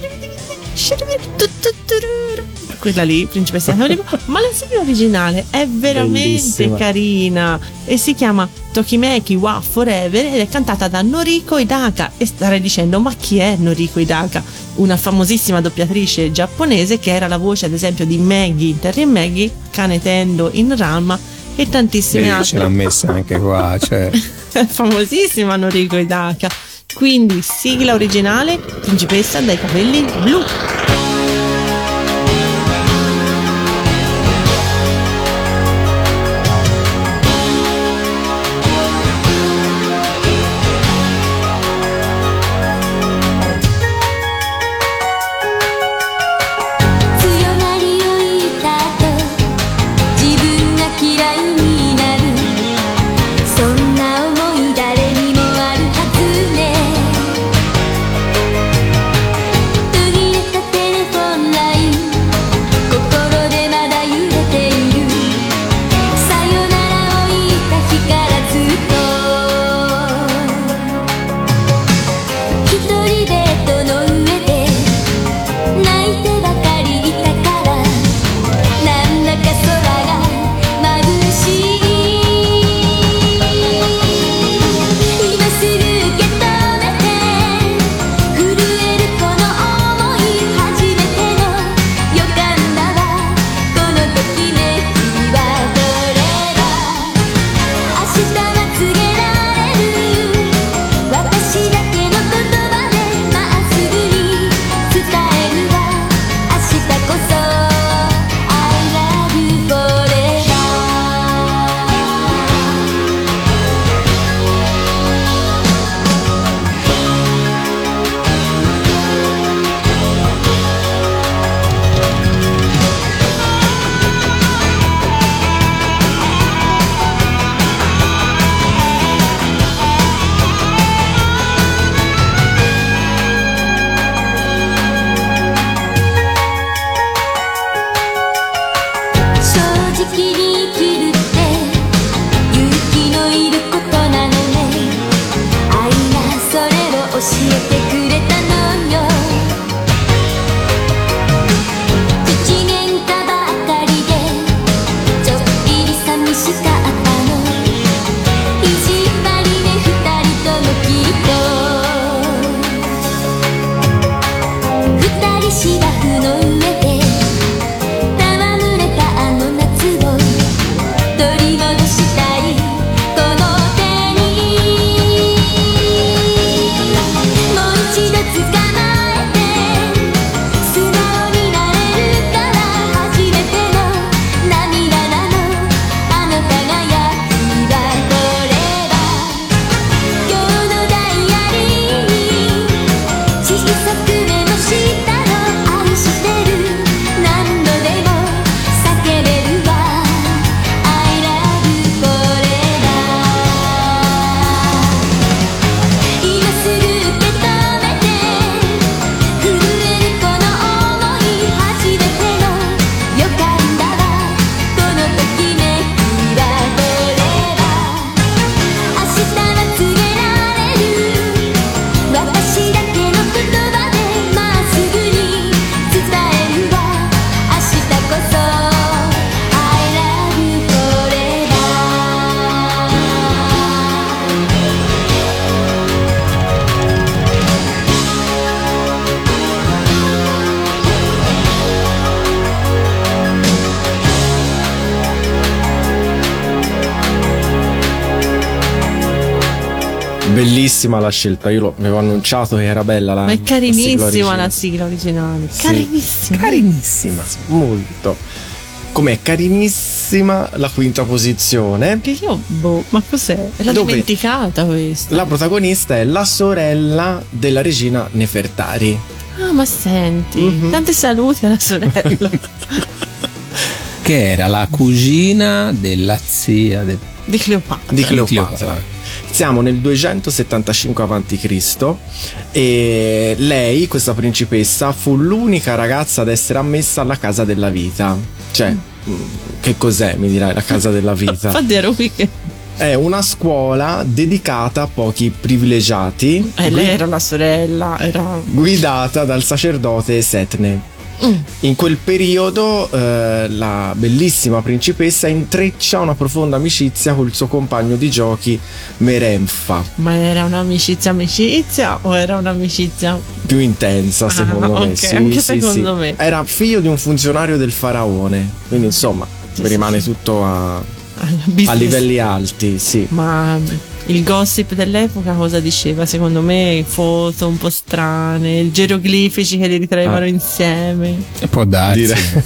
quella lì, principessa di Tonico, ma la sigla originale è veramente Bellissima. carina e si chiama Tokimeki wa Forever ed è cantata da Noriko Hidaka. E starei dicendo, ma chi è Noriko Hidaka? Una famosissima doppiatrice giapponese che era la voce ad esempio di Maggie in Terry e Maggie, Cane Tendo in Ranma e tantissime Vedi, altre. ce l'ha messa anche qua, cioè. È famosissima Noriko Hidaka. Quindi sigla originale, principessa dai capelli blu. 「途切れた手 Bellissima la scelta, io lo avevo annunciato che era bella la Ma è carinissima la sigla sigla originale. Sì. Carinissima. Carinissima, molto. Com'è carinissima la quinta posizione. Che io, boh, ma cos'è? L'ho Dove? dimenticata questa. La protagonista è la sorella della regina Nefertari. Ah, ma senti, Mhm. tanti saluti alla sorella. Che era la cugina della zia del- Di Cleopatra. Di Cleopatra. Cleopatra. Siamo nel duecentosettantacinque avanti Cristo e lei, questa principessa, fu l'unica ragazza ad essere ammessa alla Casa della Vita. Cioè, mh, che cos'è, mi dirai, la Casa della Vita? Infatti ero qui che È una scuola dedicata a pochi privilegiati, eh, lei era la sorella, era guidata dal sacerdote Setne. Mm. In quel periodo eh, la bellissima principessa intreccia una profonda amicizia col suo compagno di giochi Meremfa, Ma era un'amicizia amicizia o era un'amicizia più intensa secondo Ah, me. ok, Sì, anche sì, secondo sì. me. Era figlio di un funzionario del faraone, quindi insomma Sì, rimane sì. tutto a, business? a livelli alti, sì. Ma il gossip dell'epoca cosa diceva? Secondo me foto un po' strane, geroglifici che li ritraevano Ah. insieme. Può darsi. Dire.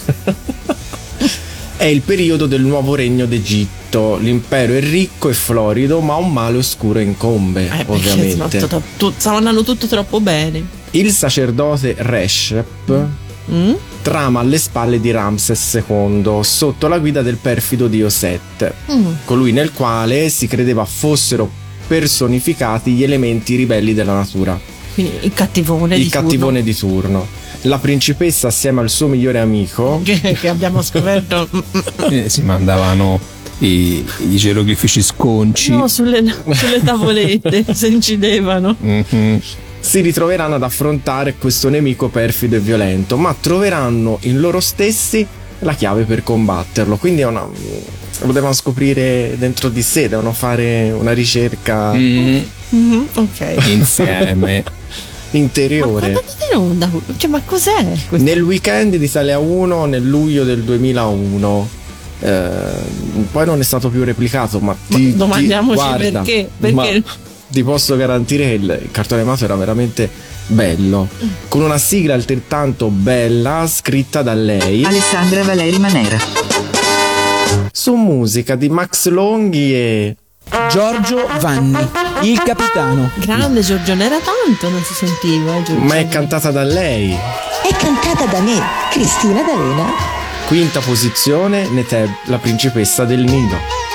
È il periodo del nuovo regno d'Egitto. L'impero è ricco e florido, ma un male oscuro incombe, Eh, perché ovviamente. tutto- tutto- stava andando tutto troppo bene. Il sacerdote Reshep Mm? trama alle spalle di Ramses secondo sotto la guida del perfido dio Set, Mm. colui nel quale si credeva fossero personificati gli elementi ribelli della natura, Quindi il cattivone il di turno. cattivone di turno. La principessa assieme al suo migliore amico che, che abbiamo scoperto Eh, si mandavano i, i geroglifici sconci. no, sulle, sulle tavolette si incidevano. Mhm. si ritroveranno ad affrontare questo nemico perfido e violento, ma troveranno in loro stessi la chiave per combatterlo. Quindi è una, lo devono scoprire dentro di sé, devono fare una ricerca Mhm. Mhm, ok. Insieme. interiore. Ma quando era onda? Cioè, ma cos'è questo? Nel weekend di Italia uno nel luglio del duemilauno. Eh, poi non è stato più replicato, ma ti, domandiamoci ti, guarda, perché, perché? ma ti posso garantire che il, il cartone animato era veramente bello, con una sigla altrettanto bella scritta da lei Alessandra Valeri Manera. su musica di Max Longhi e Giorgio Vanni, il capitano. Grande Giorgio, non era tanto, non si sentiva. Eh, Giorgio. ma è cantata da lei. È cantata da me, Cristina D'Avena. Quinta posizione, Neteb, la principessa del Nilo.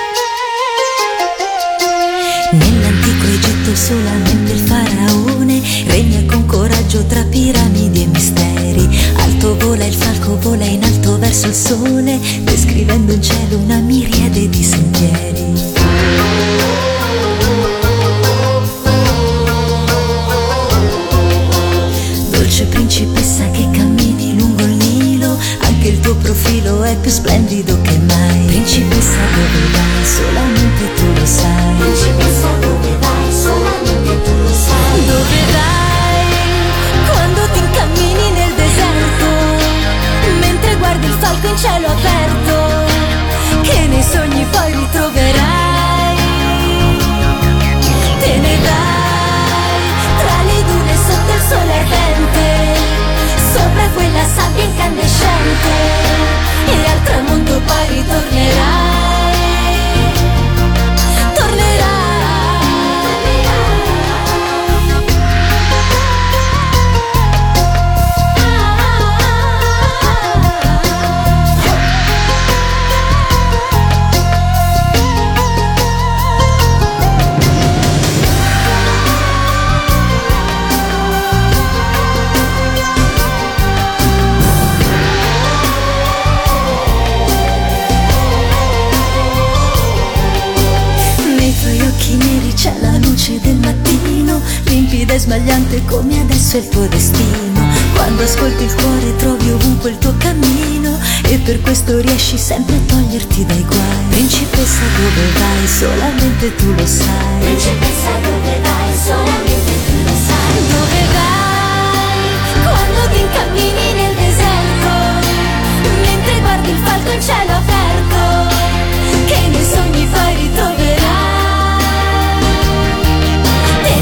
Nell'antico Egitto solamente il faraone regna con coraggio tra piramidi e misteri. Alto vola il falco, vola in alto verso il sole, descrivendo in cielo una miriade di sentieri. Dolce principessa che cammini lungo il Nilo, anche il tuo profilo è più splendido che mai. Principessa, dove vai? Solamente tu lo sai. Principessa, dove vai? Solamente tu lo sai. Dove vai? Quando ti incammini nel deserto, mentre guardi il falco in cielo aperto, che nei sogni poi ritroverai. Te ne vai tra le dune sotto il sole ardente, sopra quella sabbia incandescente, e al tramonto poi ritornerai. C'è la luce del mattino, limpida e smagliante come adesso è il tuo destino. Quando ascolti il cuore trovi ovunque il tuo cammino, e per questo riesci sempre a toglierti dai guai. Principessa, dove vai? Solamente tu lo sai. Principessa, dove vai? Solamente tu lo sai. Dove vai? Quando ti incammini nel deserto, mentre guardi il falco in cielo aperto, che nei sogni poi ritroverai.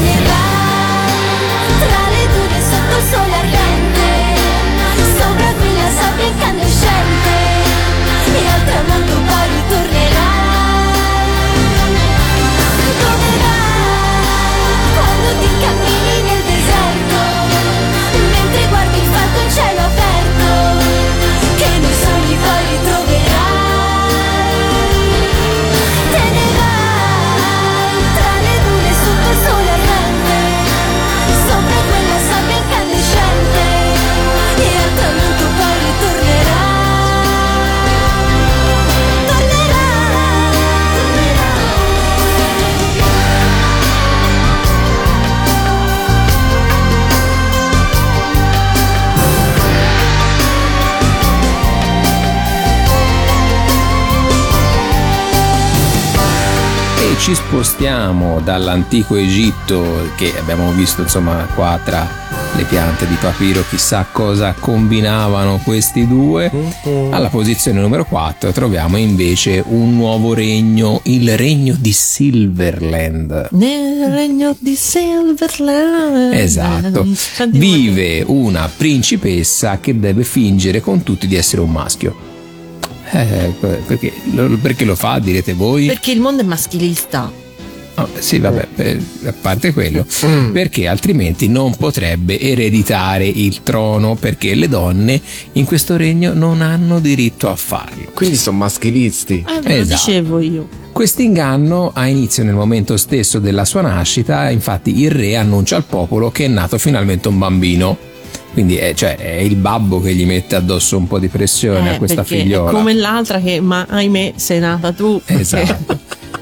ci spostiamo dall'antico Egitto, che abbiamo visto insomma qua tra le piante di papiro, chissà cosa combinavano questi due, alla posizione numero quattro troviamo invece un nuovo regno, il regno di Silverland. Nel regno di Silverland. Esatto. Vive una principessa che deve fingere con tutti di essere un maschio. Eh, perché, perché lo fa, direte voi? Perché il mondo è maschilista. Oh, sì, vabbè, per, a parte quello, mm. perché altrimenti non potrebbe ereditare il trono, perché le donne in questo regno non hanno diritto a farlo. Quindi sono maschilisti. Eh, ve lo esatto. dicevo io. Quest'inganno ha inizio nel momento stesso della sua nascita, infatti il re annuncia al popolo che è nato finalmente un bambino. Quindi è, cioè, è il babbo che gli mette addosso un po' di pressione eh, a questa perché figliola. È come l'altra che, ma ahimè, sei nata tu. Esatto.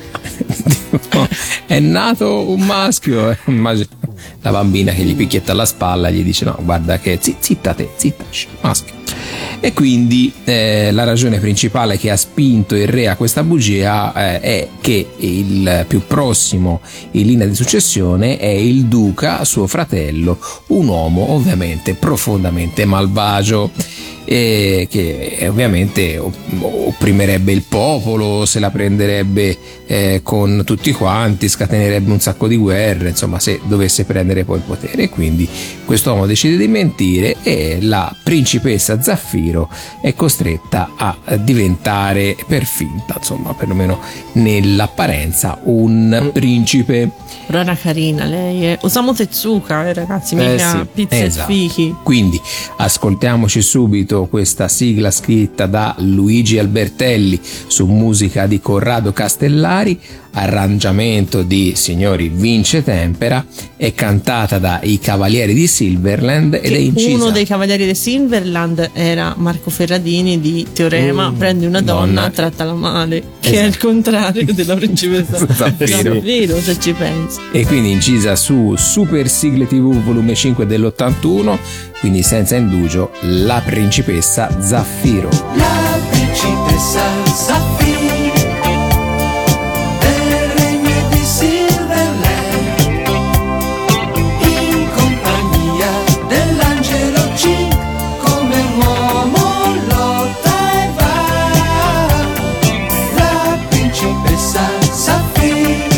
È nato un maschio. La bambina che gli picchietta alla spalla gli dice: no, guarda che zitta te, zitta, maschio. E quindi eh, la ragione principale che ha spinto il re a questa bugia eh, è che il più prossimo in linea di successione è il duca, suo fratello, un uomo ovviamente profondamente malvagio, e che ovviamente opprimerebbe il popolo, se la prenderebbe eh, con tutti quanti, scatenerebbe un sacco di guerre, insomma, se dovesse prendere poi il potere. E quindi quest'uomo decide di mentire e la principessa Zaffiro è costretta a diventare per finta, insomma, perlomeno nell'apparenza, un principe. Però era carina lei, eh. Osamu Tezuka, eh, ragazzi, mica Eh, sì. pizza Esatto. e fichi. Quindi ascoltiamoci subito questa sigla scritta da Luigi Albertelli su musica di Corrado Castellari, arrangiamento di signori Vince Tempera, è cantata dai Cavalieri di Silverland ed Che è incisa. uno dei Cavalieri di Silverland era Marco Ferradini di Teorema, Mm, prendi una donna, donna. trattala male, che Esatto. è il contrario della principessa Zaffiro. Zaffiro, se ci pensi. E quindi incisa su Super Sigle tivù volume cinque dell'ottantuno, quindi senza indugio, la principessa Zaffiro. La principessa Zaffiro del regno di Silverland, in compagnia dell'angelo Cink, come un uomo lotta e va. La principessa Zaffiro,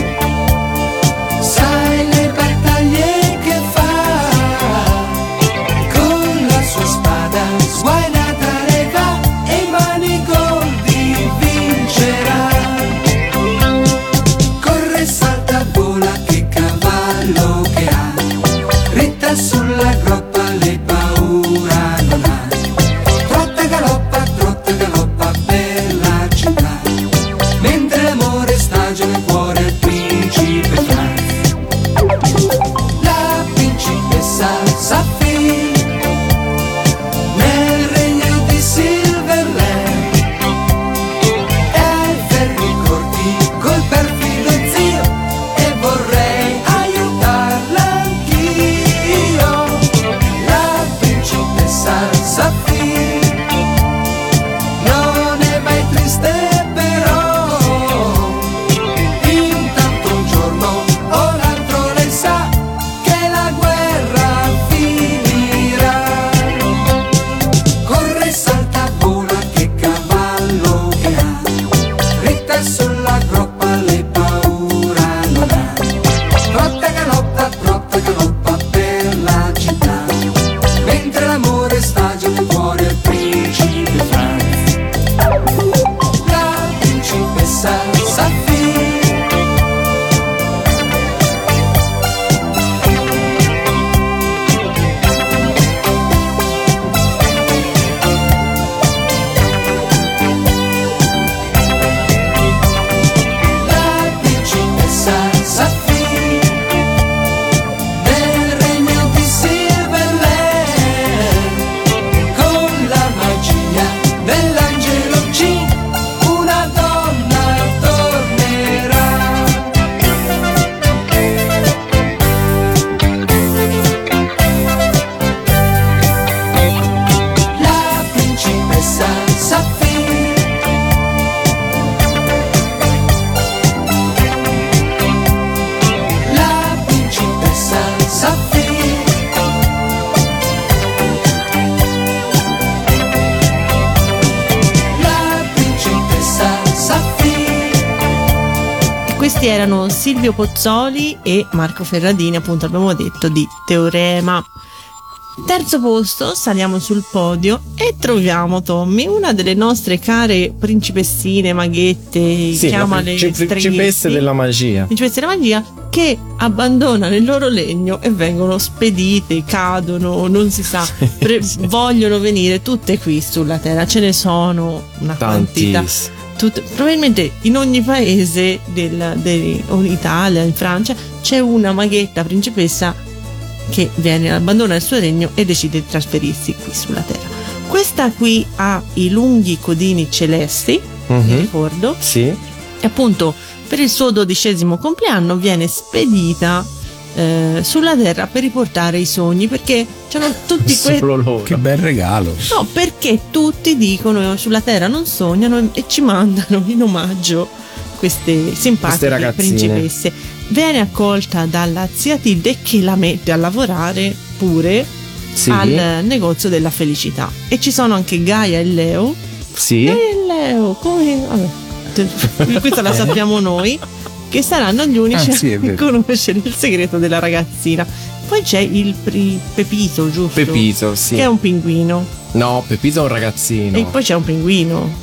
sai le battaglie che fa, con la sua spada sguainata rega e Questi erano Silvio Pozzoli e Marco Ferradini, appunto abbiamo detto di Teorema. Terzo posto, saliamo sul podio e troviamo, Tommy, una delle nostre care principessine, maghette, sì, chiamale princip- principesse della magia. Principesse della magia che abbandonano il loro legno e vengono spedite, cadono, non si sa, pre- vogliono venire tutte qui sulla terra. Ce ne sono una quantità. Tut- probabilmente in ogni paese del, del, in Italia, in Francia, c'è una maghetta principessa che viene, abbandona il suo regno e decide di trasferirsi qui sulla terra. Questa qui ha i lunghi codini celesti, mm-hmm. mi ricordo, sì. E appunto per il suo dodicesimo compleanno viene spedita eh, sulla terra per riportare i sogni, perché c'hanno tutti quei che bel regalo. No, perché tutti dicono sulla terra non sognano e ci mandano in omaggio queste simpatiche queste principesse. Viene accolta dalla zia Tilde che la mette a lavorare pure sì. al negozio della felicità. E ci sono anche Gaia e Leo. Sì. Gaia e Leo, come? Vabbè. Questa la sappiamo noi, che saranno gli unici ah, sì, a conoscere il segreto della ragazzina. Poi c'è il pri- Pepito, giusto? Pepito, sì. Che è un pinguino. No, Pepito è un ragazzino. E poi c'è un pinguino.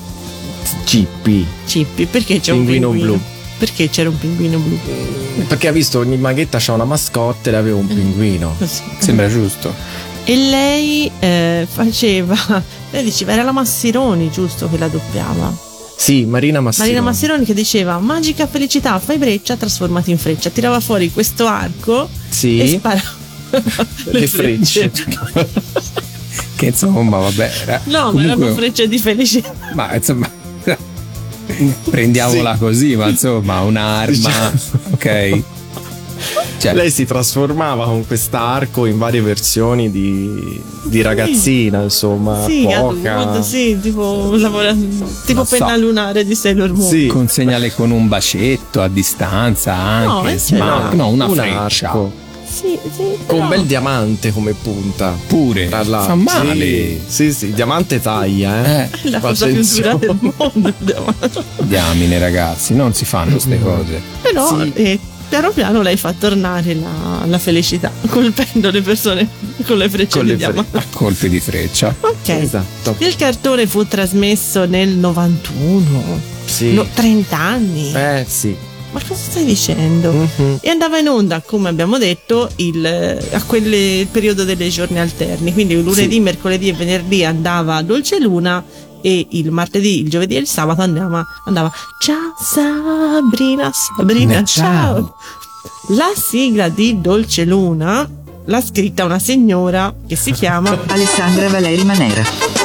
Cippi. Cippi, perché c'è pinguino un pinguino blu? Perché c'era un pinguino blu? Perché ha visto ogni maghetta c'ha una mascotte e aveva un pinguino. Così. Sembra giusto. E lei eh, faceva, lei diceva, era la Massironi, giusto, che la doppiava? Sì, Marina Massironi. Marina Massironi che diceva magica felicità, fai breccia, trasformati in freccia. Tirava fuori questo arco sì. e sparava le, le frecce. frecce. Che insomma, vabbè. Era, no, comunque, ma erano frecce di felicità. Ma insomma, prendiamola sì. così, ma insomma, un'arma, ok. Cioè, lei si trasformava con quest'arco in varie versioni di, di ragazzina, insomma, sì, cuoca. Adulto, sì, tipo, lavora, tipo penna so. lunare di Sailor Moon. Sì. Consegnale con un bacetto a distanza anche, no, ma no, una un freccia. Arco. Sì, sì, con no. un bel diamante come punta. Pure. Tra l'altro. Fa male. Sì, sì, sì, diamante taglia, eh. eh la cosa più dura del mondo. Diamine, ragazzi, non si fanno queste cose. Però sì. eh, piano piano lei fa tornare la, la felicità, colpendo le persone con le frecce con di le diamante. A colpi di freccia. Ok. Esatto. Il cartone fu trasmesso nel novantuno. Sì. No, trenta anni. Eh sì. Ma cosa stai dicendo? Mm-hmm. E andava in onda, come abbiamo detto, il, a quel periodo delle giorni alterni. Quindi lunedì, sì. mercoledì e venerdì andava Dolce Luna e il martedì, il giovedì e il sabato andava, andava Ciao Sabrina, Sabrina, ciao. ciao. La sigla di Dolce Luna l'ha scritta una signora che si chiama Alessandra Valeri Manera.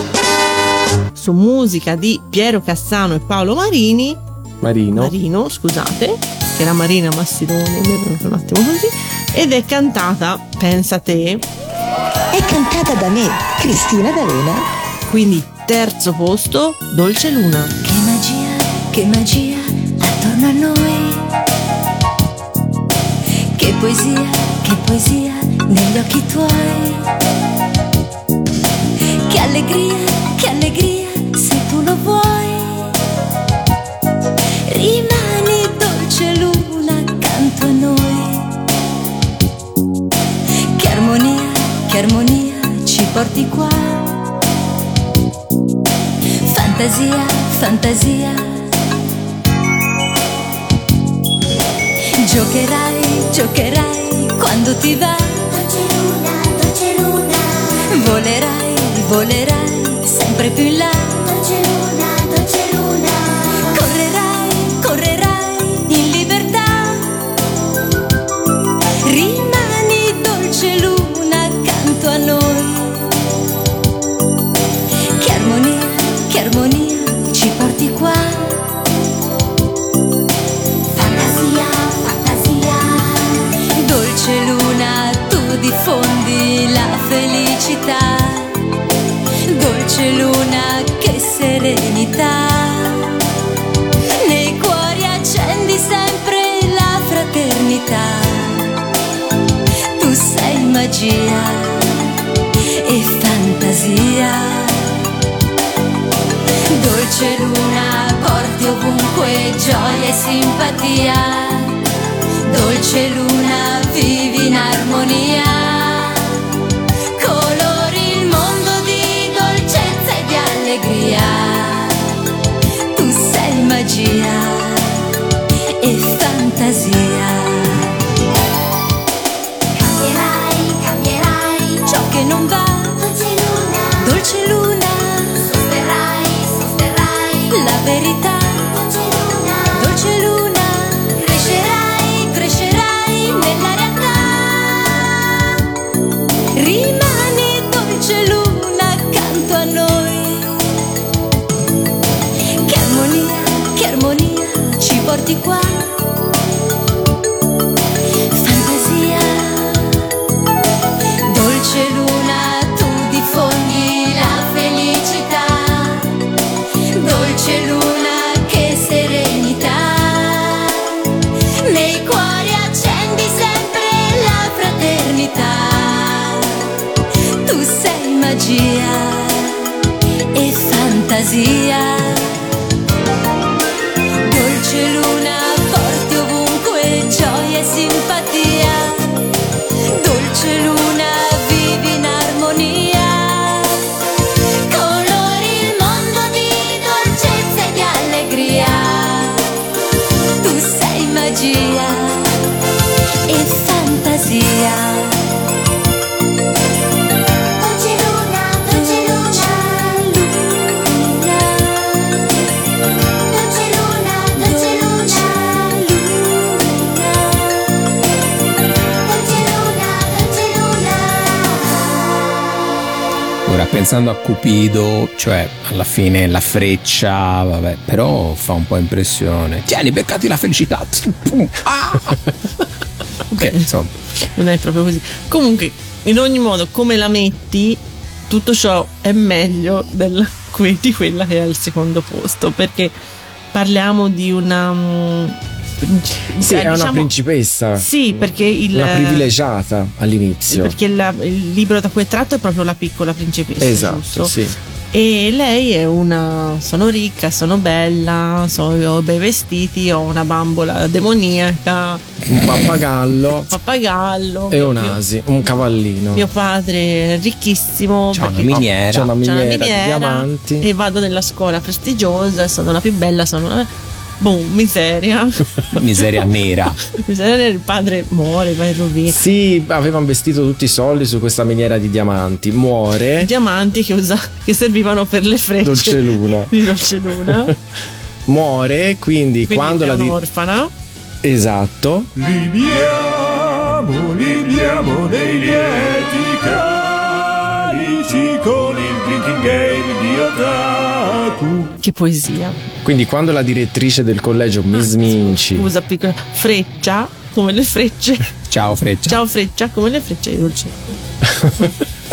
Su musica di Piero Cassano e Paolo Marini. Marino. Marino, scusate, che era Marina Massironi, mi è venuto un attimo così, ed è cantata, pensa te, è cantata da me, Cristina D'Avena. Quindi terzo posto, Dolce Luna. Che magia, che magia attorno a noi, che poesia, che poesia negli occhi tuoi, che allegria, che allegria se tu lo vuoi. Rimani dolce luna accanto a noi. Che armonia, che armonia ci porti qua. Fantasia, fantasia. Giocherai, giocherai quando ti va. Dolce luna, dolce luna. Volerai, volerai sempre più in là. Dolce luna, dolce luna. Correrai, correrai in libertà. Rimani dolce luna accanto a noi. Che armonia, che armonia ci porti qua. Fantasia, fantasia. Dolce luna, tu diffondi la felicità. Dolce luna, che serenità. Nei cuori accendi sempre la fraternità. Tu sei magia e fantasia. Dolce luna, porti ovunque ovunque gioia e simpatia. Dolce luna, vivi in armonia. Colori il mondo di dolcezza e di allegria. Tu sei magia e fantasia. Cambierai, cambierai ciò che non va. Dolce luna, dolce luna, sosterrai, sosterrai la verità. Dolce luna, dolce luna, crescerai, crescerai nella realtà. Rimani dolce luna accanto a noi. Che armonia, che armonia ci porti qua. Fantasia. Dolce luna, tu diffondi la felicità. Dolce luna, che serenità. Nei cuori accendi sempre la fraternità. Tu sei magia e fantasia. Dolce luna, porti ovunque gioia e simpatia. Dolce luna, vivi in armonia. Colori il mondo di dolcezza e di allegria. Tu sei magia e fantasia. Dolce luna, dolce luna, luna. Dolce luna, dolce luna, luna. Dolce luna, dolce luna. Ora pensando a Cupido, cioè alla fine la freccia, vabbè, però fa un po' impressione. Tieni, beccati la felicità. Ah! Ok, insomma. Non è proprio così. Comunque, in ogni modo, come la metti, tutto ciò è meglio del, di quella che è al secondo posto, perché parliamo di una mm, Sì, eh, è una diciamo- principessa. Sì, perché il Una privilegiata all'inizio. perché la- il libro da cui è tratto è proprio La piccola principessa, Esatto, giusto? sì. E lei è una sono ricca, sono bella, so- ho bei vestiti, ho una bambola demoniaca, Un pappagallo un pappagallo e un mio- asi, un cavallino. Mio padre è ricchissimo, C'ha una perché- miniera. C'è una c'è una miniera di miniera diamanti. e vado nella scuola prestigiosa, sono la più bella, sono una... Boom, miseria. Miseria nera. Miseria, il padre muore, va in rovina. Sì, aveva investito tutti i soldi su questa miniera di diamanti. Muore. Diamanti che, usa- che servivano per le frecce Dolce luna. di Dolce Luna. Muore, quindi, Quindi quando è la di- un'orfana. Esatto. Libiamo, libiamo dei lieti calici con il drinking game di Otaku. Che poesia. Quindi quando la direttrice del collegio Miss Minci Scusa, piccola. Freccia, come le frecce. Ciao Freccia. Ciao Freccia, come le frecce di Dolce Luna.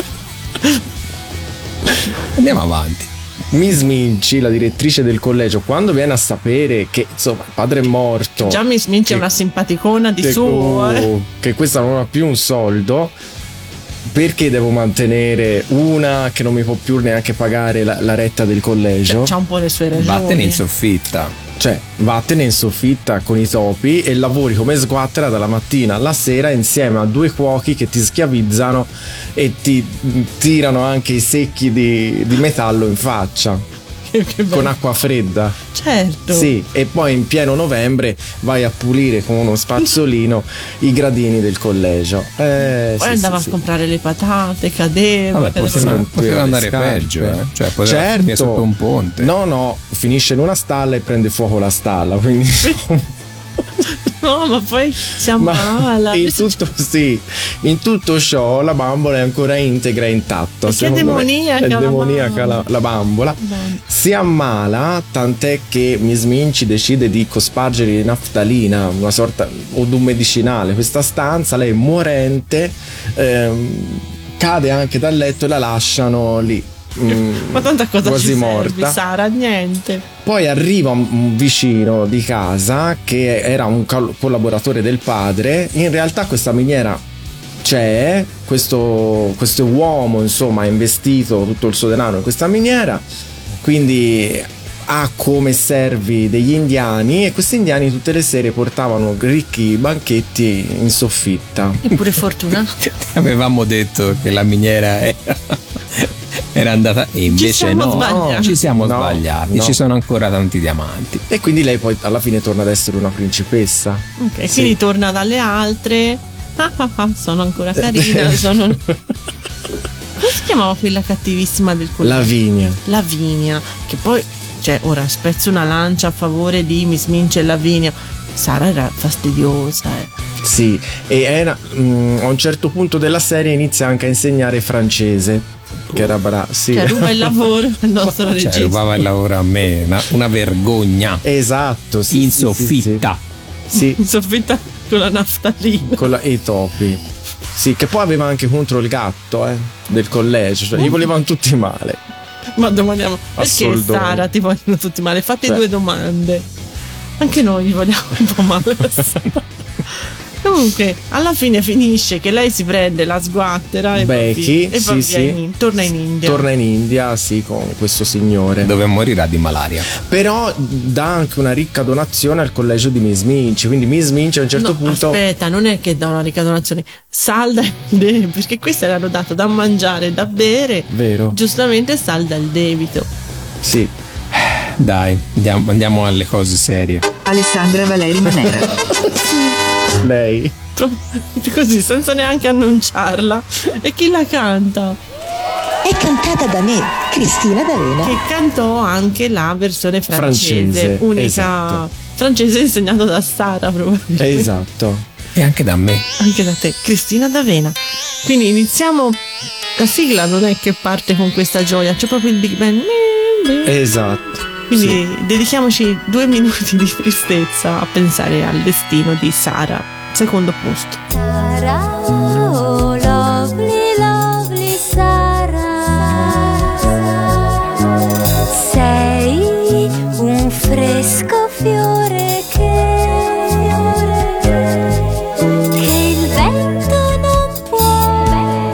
Andiamo avanti. Miss Minci, la direttrice del collegio, quando viene a sapere che insomma il padre è morto, Già Miss Minci è una simpaticona di che, suo. eh. oh, che questa non ha più un soldo, perché devo mantenere una che non mi può più neanche pagare la, la retta del collegio? C'ha un po' le sue ragioni. Vattene in soffitta. Cioè, vattene in soffitta con i topi e lavori come sguattera dalla mattina alla sera insieme a due cuochi che ti schiavizzano e ti tirano anche i secchi di, di metallo in faccia Che bello. con acqua fredda. Certo. Sì, e poi in pieno novembre vai a pulire con uno spazzolino i gradini del collegio. Eh, Poi sì, andava sì, a comprare le patate, cadeva. Vabbè, cadeva. poteva, rompeva poteva le andare scarpe. peggio, eh. Cioè, poteva Certo. finire sotto un ponte. No, no, finisce in una stalla e prende fuoco la stalla, quindi No, ma poi si ammala. in tutto, sì, in tutto ciò la bambola è ancora integra e intatta. Perché è secondo me. demoniaca È la demoniaca la, la bambola. Bene. Si ammala, tant'è che Miss Minci decide di cospargere di naftalina, una sorta o di un medicinale, questa stanza. Lei è morente, ehm, cade anche dal letto e la lasciano lì. mm, Ma tanta cosa quasi ci morta. serve, Sara, niente. Poi arriva un- un vicino di casa che era un col- collaboratore del padre. In realtà questa miniera c'è, questo, questo uomo insomma ha investito tutto il suo denaro in questa miniera, quindi ha come servi degli indiani, e questi indiani tutte le sere portavano ricchi banchetti in soffitta. Eppure fortuna. Avevamo detto che la miniera era, era andata e invece no, sbagliati. ci siamo No, sbagliati, no. ci sono ancora tanti diamanti. E quindi lei poi alla fine torna ad essere una principessa. Ok, Sì. quindi torna dalle altre. Ah, ah, ah, sono ancora carina. sono... Come si chiamava quella cattivissima del collegio? Lavinia. Lavinia, che poi, cioè, ora spezzo una lancia a favore di Miss Minch e Lavinia. Sara era fastidiosa, eh. Sì, e era, mh, a un certo punto della serie inizia anche a insegnare francese, che era brava, sì. Cioè, ruba il lavoro al nostro Cioè, regista. rubava il lavoro a me, una, una vergogna. Esatto, sì, In sì, soffitta. Sì, sì. In soffitta con la naftalina. Con la, e i topi. Sì, che poi aveva anche contro il gatto, eh, del collegio, cioè gli volevano tutti male. Ma domandiamo, perché Assoldoni. Sara ti vogliono tutti male? Fatti Cioè. due domande. Anche noi gli vogliamo un po' male. Comunque, alla fine finisce che lei si prende la sguattera e Becky, va via, e va sì, via sì. in- torna in India. Torna in India, sì, con questo signore. Dove morirà di malaria. Però dà anche una ricca donazione al collegio di Miss Minch, quindi Miss Minch a un certo No, punto... aspetta, non è che dà una ricca donazione, salda il debito, perché queste erano dato da mangiare e da bere. Vero. Giustamente salda il debito. Sì. Dai, andiamo, andiamo alle cose serie. Alessandra Valeri Manera. Lei. Così, senza neanche annunciarla. E chi la canta? È cantata da me, Cristina D'Avena. Che cantò anche la versione francese, Francese, unica esatto. francese insegnato da Sara probabilmente. Esatto. E anche da me. Anche da te, Cristina D'Avena. Quindi iniziamo. La sigla non è che parte con questa gioia, c'è proprio il Big Bang. Esatto. Quindi sì. dedichiamoci due minuti di tristezza a pensare al destino di Sara. Secondo posto. Sara, oh lovely, lovely Sara, sei un fresco fiore che, che il vento non può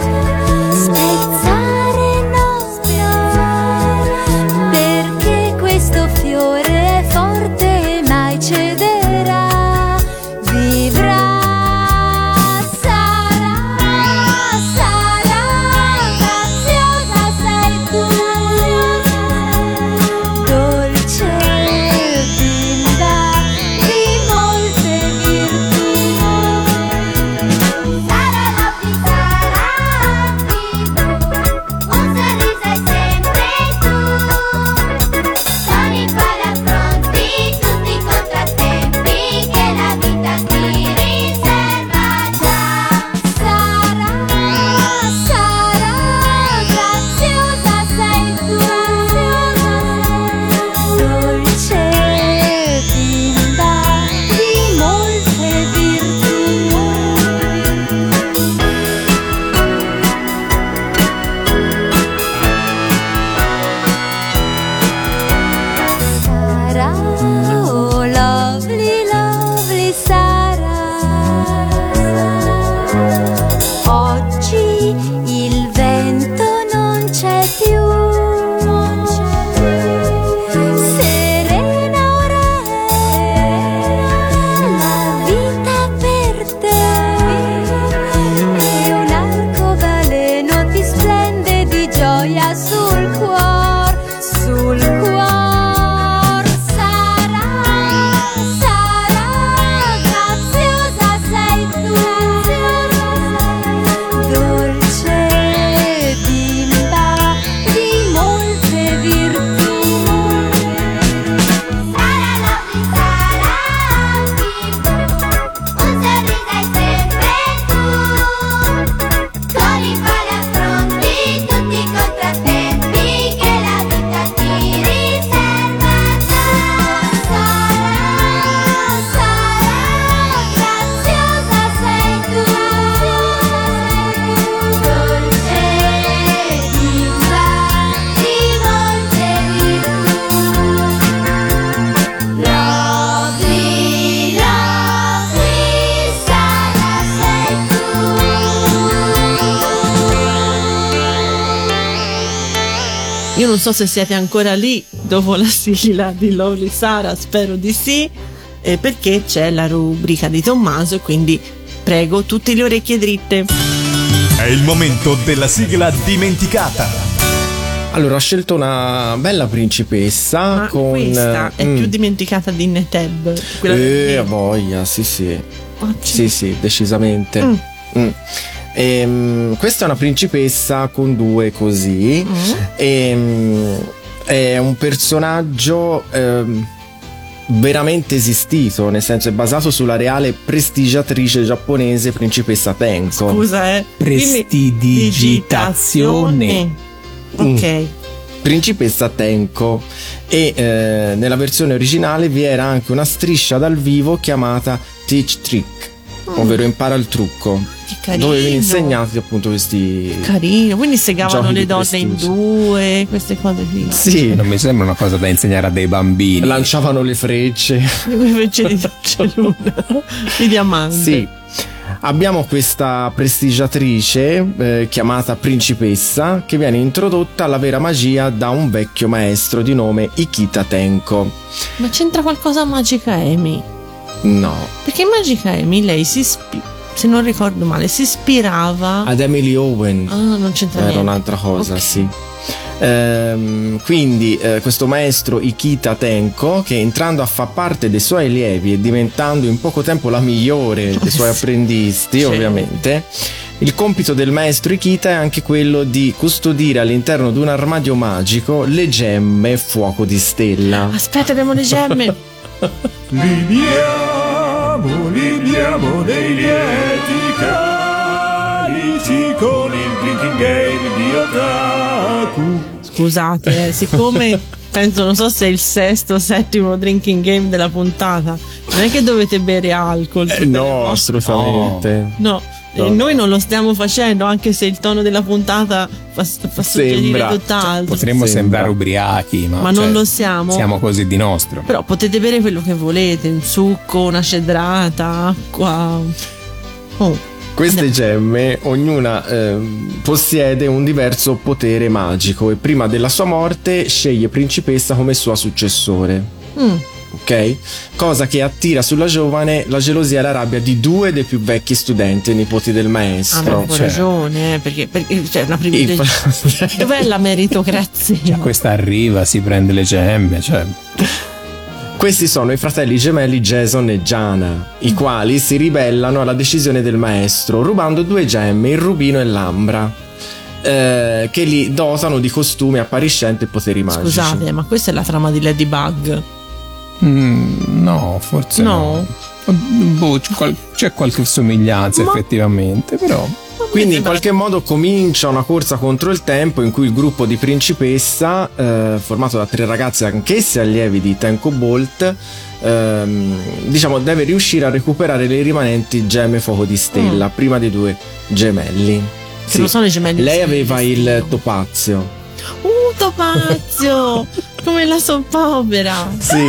spezzare, no, no, perché questo fiore è forte e mai cederà, vivrà. Sara, Io non so se siete ancora lì dopo la sigla di Lovely Sara, spero di sì, eh, perché c'è la rubrica di Tommaso e quindi prego tutte le orecchie dritte. È il momento della sigla dimenticata. Allora, ho scelto una bella principessa. Ma con questa è mm. più dimenticata di Neteb, quella Eh, del- a voglia, sì sì. Ah, Sì, sì, decisamente. Mm. Mm. Ehm, questa è una principessa con due così. Mm. Ehm, è un personaggio ehm, veramente esistito, nel senso è basato sulla reale prestigiatrice giapponese principessa Tenko. Scusa, eh. Quindi- Prestidigitazione. Ok. Principessa Tenko. E eh, nella versione originale vi era anche una striscia dal vivo chiamata Teach Trick, ovvero impara il trucco, Che carino. dove vengono insegnati appunto questi Carino, quindi segavano giochi le di donne in prestigio. due, queste cose qui. Sì, Non mi sembra una cosa da insegnare a dei bambini. lanciavano le frecce. Invece di luna, di diamante. Sì. Abbiamo questa prestigiatrice eh, chiamata principessa che viene introdotta alla vera magia da un vecchio maestro di nome Ikita Tenko. Ma c'entra qualcosa Magica Amy? No, Perché in Magica Amy lei si ispi- se non ricordo male, si ispirava. ad Emily Owen. Ah, non c'entra Era niente. un'altra cosa, Ok. sì. Ehm, quindi eh, questo maestro Ikita Tenko, che entrando a far parte dei suoi allievi e diventando in poco tempo la migliore dei suoi apprendisti, Sì. ovviamente, il compito del maestro Ikita è anche quello di custodire all'interno di un armadio magico le gemme fuoco di stella. Aspetta, abbiamo le gemme. Libiamo, libiamo dei lieti carici con il drinking game di Otaku. Scusate, eh, siccome penso, non so se è il sesto o settimo drinking game della puntata, non è che dovete bere alcol. Eh, tutte le no, volte. assolutamente. No, No. e noi non lo stiamo facendo, anche se il tono della puntata fa, fa suggerire Sembra. tutt'altro. Potremmo Sembra. sembrare ubriachi, ma, Ma cioè, non lo siamo. Siamo così di nostro. Però potete bere quello che volete, un succo, una cedrata, acqua. Oh. Queste gemme, ognuna ehm, possiede un diverso potere magico e prima della sua morte sceglie principessa come sua successore. Mm. Ok? Cosa che attira sulla giovane la gelosia e la rabbia di due dei più vecchi studenti e nipoti del Ah, ma maestro. hai Cioè, ragione, eh, perché, perché c'è una il- privilegiata. Dov'è la meritocrazia? Questa arriva, si prende le gemme, cioè. Questi sono i fratelli gemelli Jason e Jana, i quali si ribellano alla decisione del maestro rubando due gemme, il rubino e l'ambra, eh, che li dotano di costumi appariscenti e poteri magici. Scusate, ma questa è la trama di Ladybug. Mm, no, forse no. No? Boh, c'è, qual- c'è qualche somiglianza Ma- effettivamente, però. Quindi in qualche modo comincia una corsa contro il tempo in cui il gruppo di principessa, eh, formato da tre ragazze anch'esse allievi di Tenko Bolt, ehm, diciamo deve riuscire a recuperare le rimanenti gemme fuoco di stella prima dei due gemelli. Che non sono i gemelli Lei di aveva il destino. topazio. Uh, Topazio! Come la soppopera. Sì.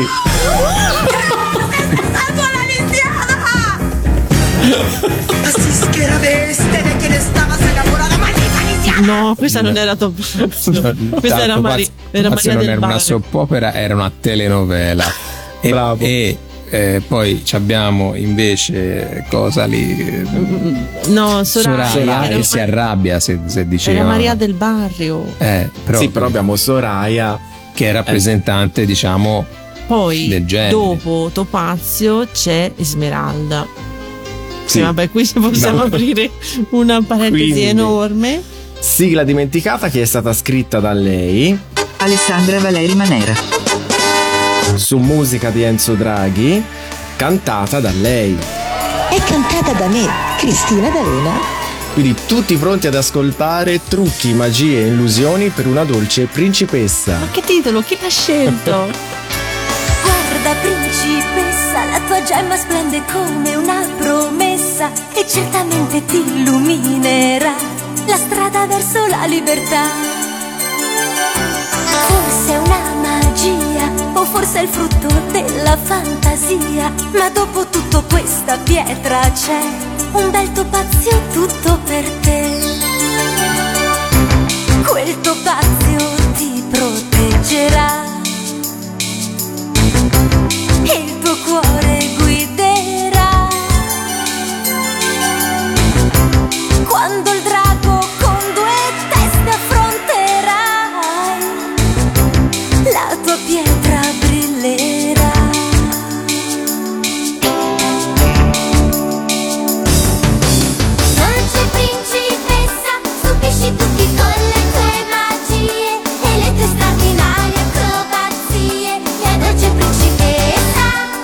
Así es que era de este de quien estabas enamorada, maldita lisiana. No, questa non era Topazio. Questa era, Tanto Mari- pazzo- era pazzo Maria non del era una Barrio. soppopera, era una telenovela. E, Bravo. e eh, poi ci abbiamo invece cosa lì? No, Soraya. Soraya era, che si arrabbia se, se diceva. era Maria del Barrio. Eh, proprio, Sì, però abbiamo Soraya. che è rappresentante, diciamo, Poi del genere. dopo Topazio c'è Esmeralda. Sì. Sì, vabbè, qui possiamo No. aprire una parentesi Quindi. enorme. Sigla dimenticata che è stata scritta da lei Alessandra Valeri Manera. su musica di Enzo Draghi, cantata da lei. È cantata da me, Cristina D'Avena. Quindi tutti pronti ad ascoltare trucchi, magie e illusioni per una dolce principessa. Ma che titolo? Chi l'ha scelto? Guarda principessa, la tua gemma splende come una promessa e certamente ti illuminerà la strada verso la libertà. Forse è una magia o forse è il frutto della fantasia, ma dopo tutto questa pietra c'è un bel topazio tutto per te. Quel topazio ti promette Quando il drago con due teste affronterai, la tua pietra brillerà. Dolce principessa, stupisci tutti con le tue magie e le tue straordinarie acrobazie. Mia dolce principessa,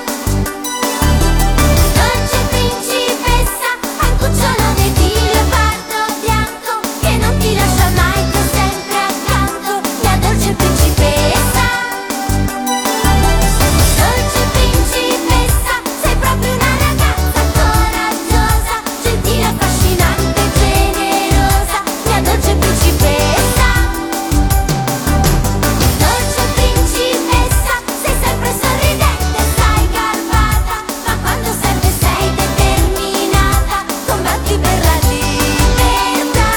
dolce principessa, al cucciolone di leopardo bianco che non ti lascia mai, ti è sempre accanto. Mia dolce principessa, dolce principessa, sei proprio una ragazza coraggiosa, gentile, affascinante, generosa. Mia dolce principessa, dolce principessa, sei sempre sorridente, sai garbata, ma quando serve sei determinata, combatti per la libertà.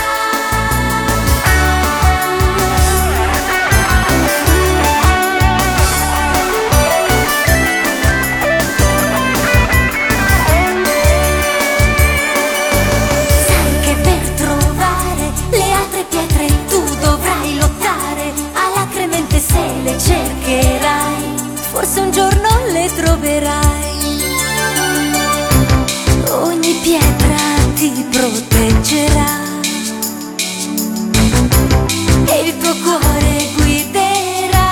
Sai che per trovare le altre pietre tu dovrai lottare alacremente, se le cercherai, forse un giorno le troverai. Ogni pietra ti proteggerà e il tuo cuore guiderà.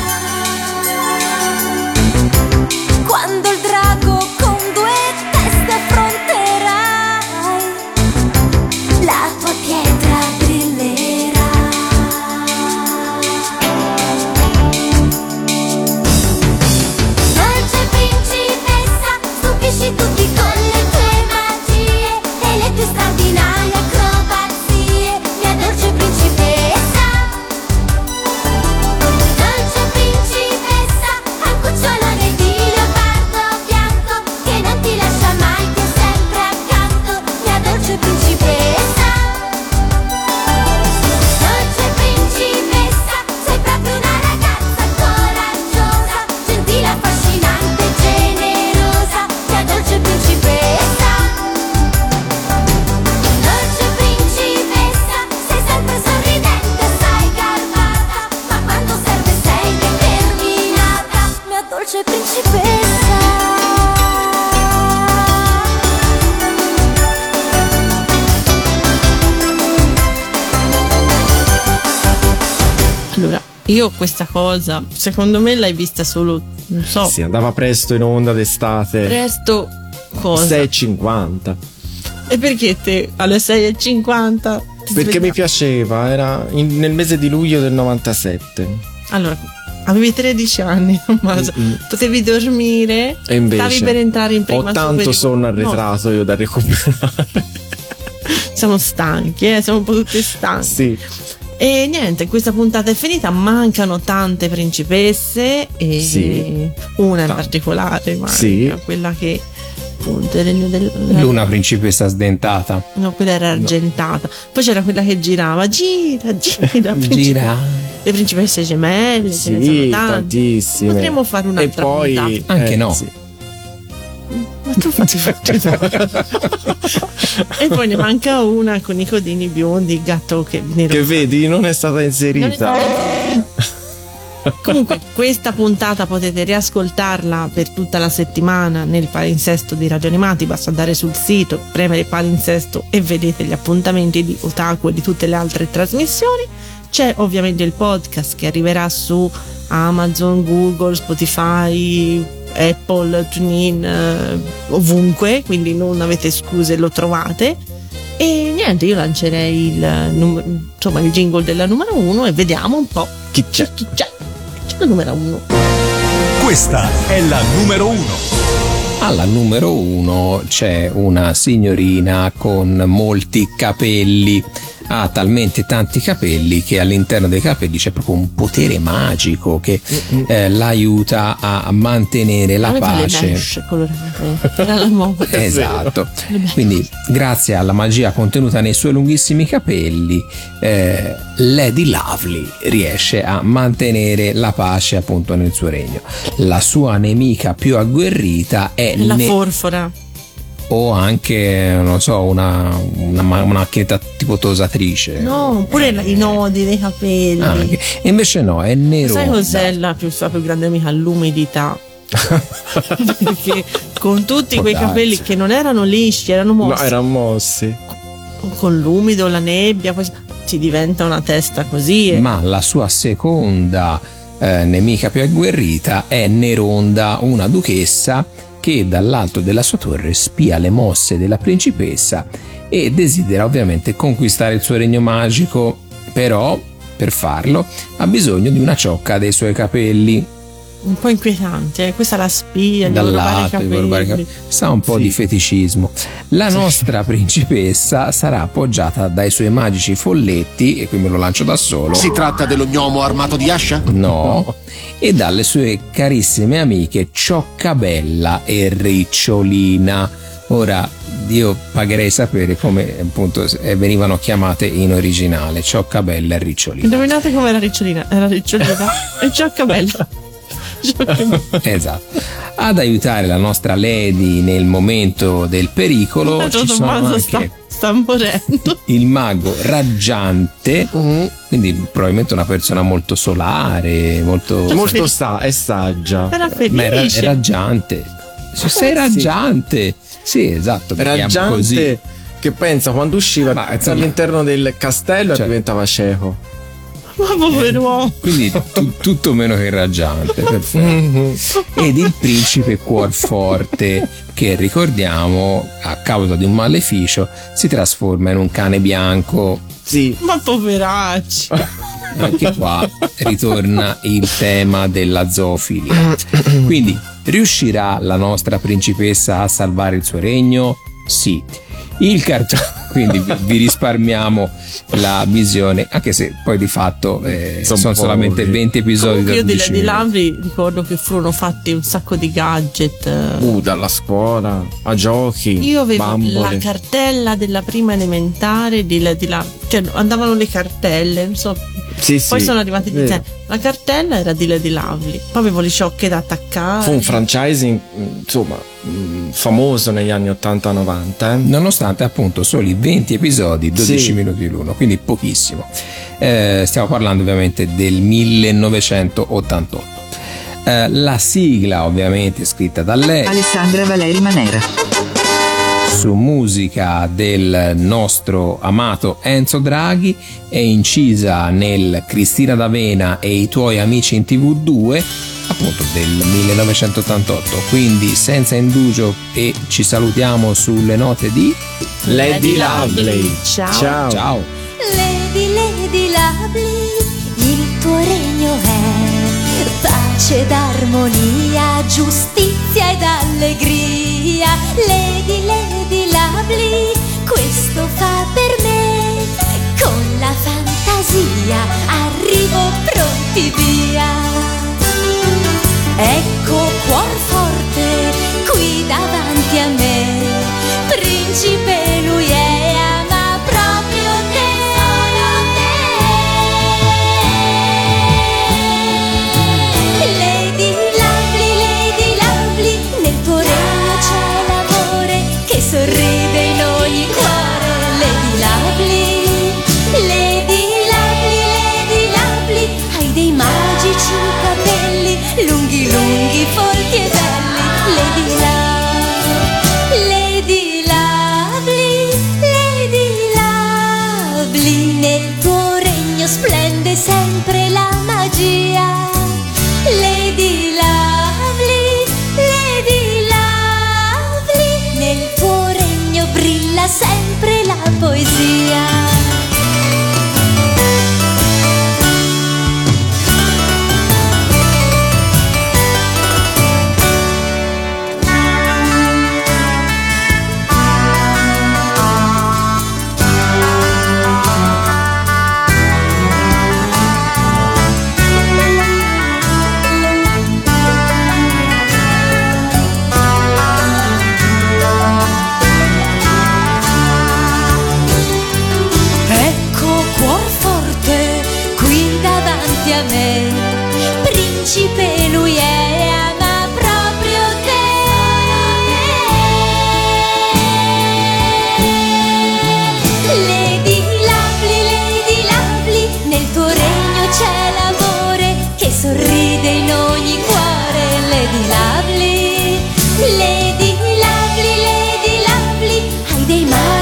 Quando il drago con due teste affronterai, la tua pietra brillerà. Dolce principessa, stupisci tutti con le tue magie e le tue straordinarie acrobazie. Mia dolce principessa, dolce principessa, al cucciolone di leopardo bianco che non ti lascia mai, ti è sempre accanto. Mia dolce principessa, dolce principessa, sei proprio una ragazza coraggiosa, gentile, affascinante, generosa. Mia dolce principessa, dolce principessa, sei sempre sorridente, sai garbata, ma quando serve sei determinata. Mia dolce principessa. Allora, io questa cosa, secondo me l'hai vista solo, non so, Sì, andava presto in onda d'estate. presto cosa. sei e cinquanta. E perché te alle sei e cinquanta? ti Perché svegli- mi piaceva, era in- nel mese di luglio del novantasette. Allora, avevi tredici anni, Tommaso, Mm-mm. potevi dormire, E invece stavi per entrare in prima ho tanto superiore. sonno arretrato io da recuperare. No, siamo stanchi, eh, siamo un po' tutti stanchi. Sì. E niente, questa puntata è finita, mancano tante principesse e Sì. una in Ta- particolare, manca, Sì. quella che appunto è regno del... Luna principessa sdentata. No, quella era argentata. Poi c'era quella che girava, gira, gira, Gira. le principesse gemelle, ce ne Sì, sono tante. tantissime. Potremmo fare un'altra E poi puntata. Anche eh, no. sì. Ma tu fatti E poi ne manca una con i codini biondi, il gatto che nero. Che vedi, non è stata Non è inserita. stata- Comunque questa puntata potete riascoltarla per tutta la settimana nel palinsesto di Radio Animati, basta andare sul sito, premere palinsesto e vedete gli appuntamenti di Otaku e di tutte le altre trasmissioni. C'è ovviamente il podcast che arriverà su Amazon, Google, Spotify, Apple, TuneIn, eh, ovunque, quindi non avete scuse, lo trovate. E niente, io lancerei il, num- insomma, il jingle della numero uno e vediamo un po' Chi c'è? chi c'è. C'è la numero uno. Questa è la numero uno. Alla numero uno c'è una signorina con molti capelli. Ha talmente tanti capelli che all'interno dei capelli c'è proprio un potere magico che eh, l'aiuta a mantenere la Come fa le pace. mesh colorate? Era la moda. Esatto. Le mesh. Quindi, grazie alla magia contenuta nei suoi lunghissimi capelli, eh, Lady Lovely riesce a mantenere la pace appunto nel suo regno. La sua nemica più agguerrita è La Ne- forfora. o anche, non so, una, una, una macchinetta tipo tosatrice. No, pure i nodi dei capelli. Ah, e invece no, è nero. Sai cos'è la più, la più grande amica? L'umidità. Perché con tutti quei Può capelli darsi. che non erano lisci, erano mossi. No, erano mossi. Con l'umido, la nebbia, poi si diventa una testa così. E... Ma la sua seconda eh, nemica più agguerrita è Neronda, una duchessa che dall'alto della sua torre spia le mosse della principessa e desidera ovviamente conquistare il suo regno magico, però per farlo ha bisogno di una ciocca dei suoi capelli. Un po' inquietante, eh? Questa la spia, Dal gli vuole rubare i lato, gli vuole rubare i capelli. capelli. Sa un po' Sì. di feticismo. La nostra principessa sarà appoggiata dai suoi magici folletti, e qui me lo lancio da solo. Si tratta dello gnomo armato di ascia? No. E dalle sue carissime amiche Cioccabella e Ricciolina. Ora io pagherei sapere come appunto eh, venivano chiamate in originale, Cioccabella e Ricciolina. Indovinate com'è la ricciolina? Era ricciolina e Cioccabella. Esatto. Ad aiutare la nostra Lady nel momento del pericolo ci sono Tommaso anche sta, sta morendo. il mago raggiante, quindi probabilmente una persona molto solare, molto Molto sa, è saggia. Era felice. ma è, ra- è raggiante. Se sei raggiante, sì, esatto, perché Raggiante così. che pensa quando usciva Ma, insomma, all'interno del castello cioè- e diventava cieco. Ma pover'uomo. Quindi tu- tutto meno che raggiante, perfetto. Ed il principe Cuorforte, che ricordiamo a causa di un maleficio si trasforma in un cane bianco. Sì. Ma poveracci. Anche qua ritorna il tema della zoofilia. Quindi riuscirà la nostra principessa a salvare il suo regno? Sì. Il cartone, quindi vi, vi risparmiamo la visione, anche se poi di fatto eh, Sono sono solamente pochi. venti episodi da Io di dodici Lady minuti. Lamri ricordo che furono fatti un sacco di gadget. Uh, dalla scuola a giochi. Io avevo bambole. la cartella della prima elementare di Lady Lamri, cioè andavano le cartelle, non so. Sì, Poi sì, sono arrivati vero. di la cartella era di Lady Lamri. Poi avevo le ciocche da attaccare. Fu un franchising insomma mh, famoso negli anni ottanta novanta, eh? Nonostante appunto soli venti episodi, dodici Sì. minuti l'uno, quindi pochissimo. Eh, stiamo parlando ovviamente del millenovecentottantotto. Eh, la sigla ovviamente scritta da lei, Alessandra Valeri Manera. su musica del nostro amato Enzo Draghi, è incisa nel Cristina d'Avena e i tuoi amici in tivù due, appunto del millenovecentottantotto. Quindi senza indugio e ci salutiamo sulle note di Lady Lovely. Ciao. Ciao. ciao. Lady, Lady Lovely, il tuo regno è pace ed armonia, giustizia ed allegria. Lady, Lady Lovely, questo fa per me. Con la fantasia arrivo pronti via. Ecco cuor forte qui davanti a me, principe lui è, ama proprio te, solo te. Lady Lovely, Lady Lovely, nel tuo regno c'è l'amore che sorride in ogni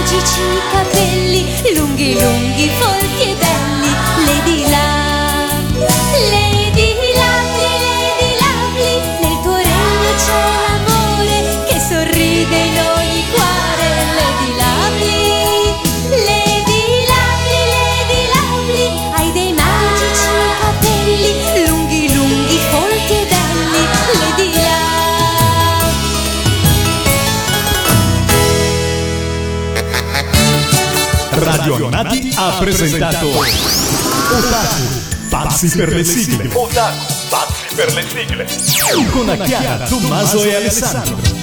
magici capelli, lunghi lunghi folti e belli. Lady Love, Lady Lovely, Lady Lovely, nel tuo regno c'è l'amore che sorride in ogni cuore. Lady Lovely, Lady Lovely, Lady Lovely, hai dei magici capelli, lunghi lunghi folti e belli. Lady Love. Radio Animati ha presentato Otaku, pazzi per le sigle. Otaku, pazzi per le sigle. Con Chiara, Tommaso e Alessandro.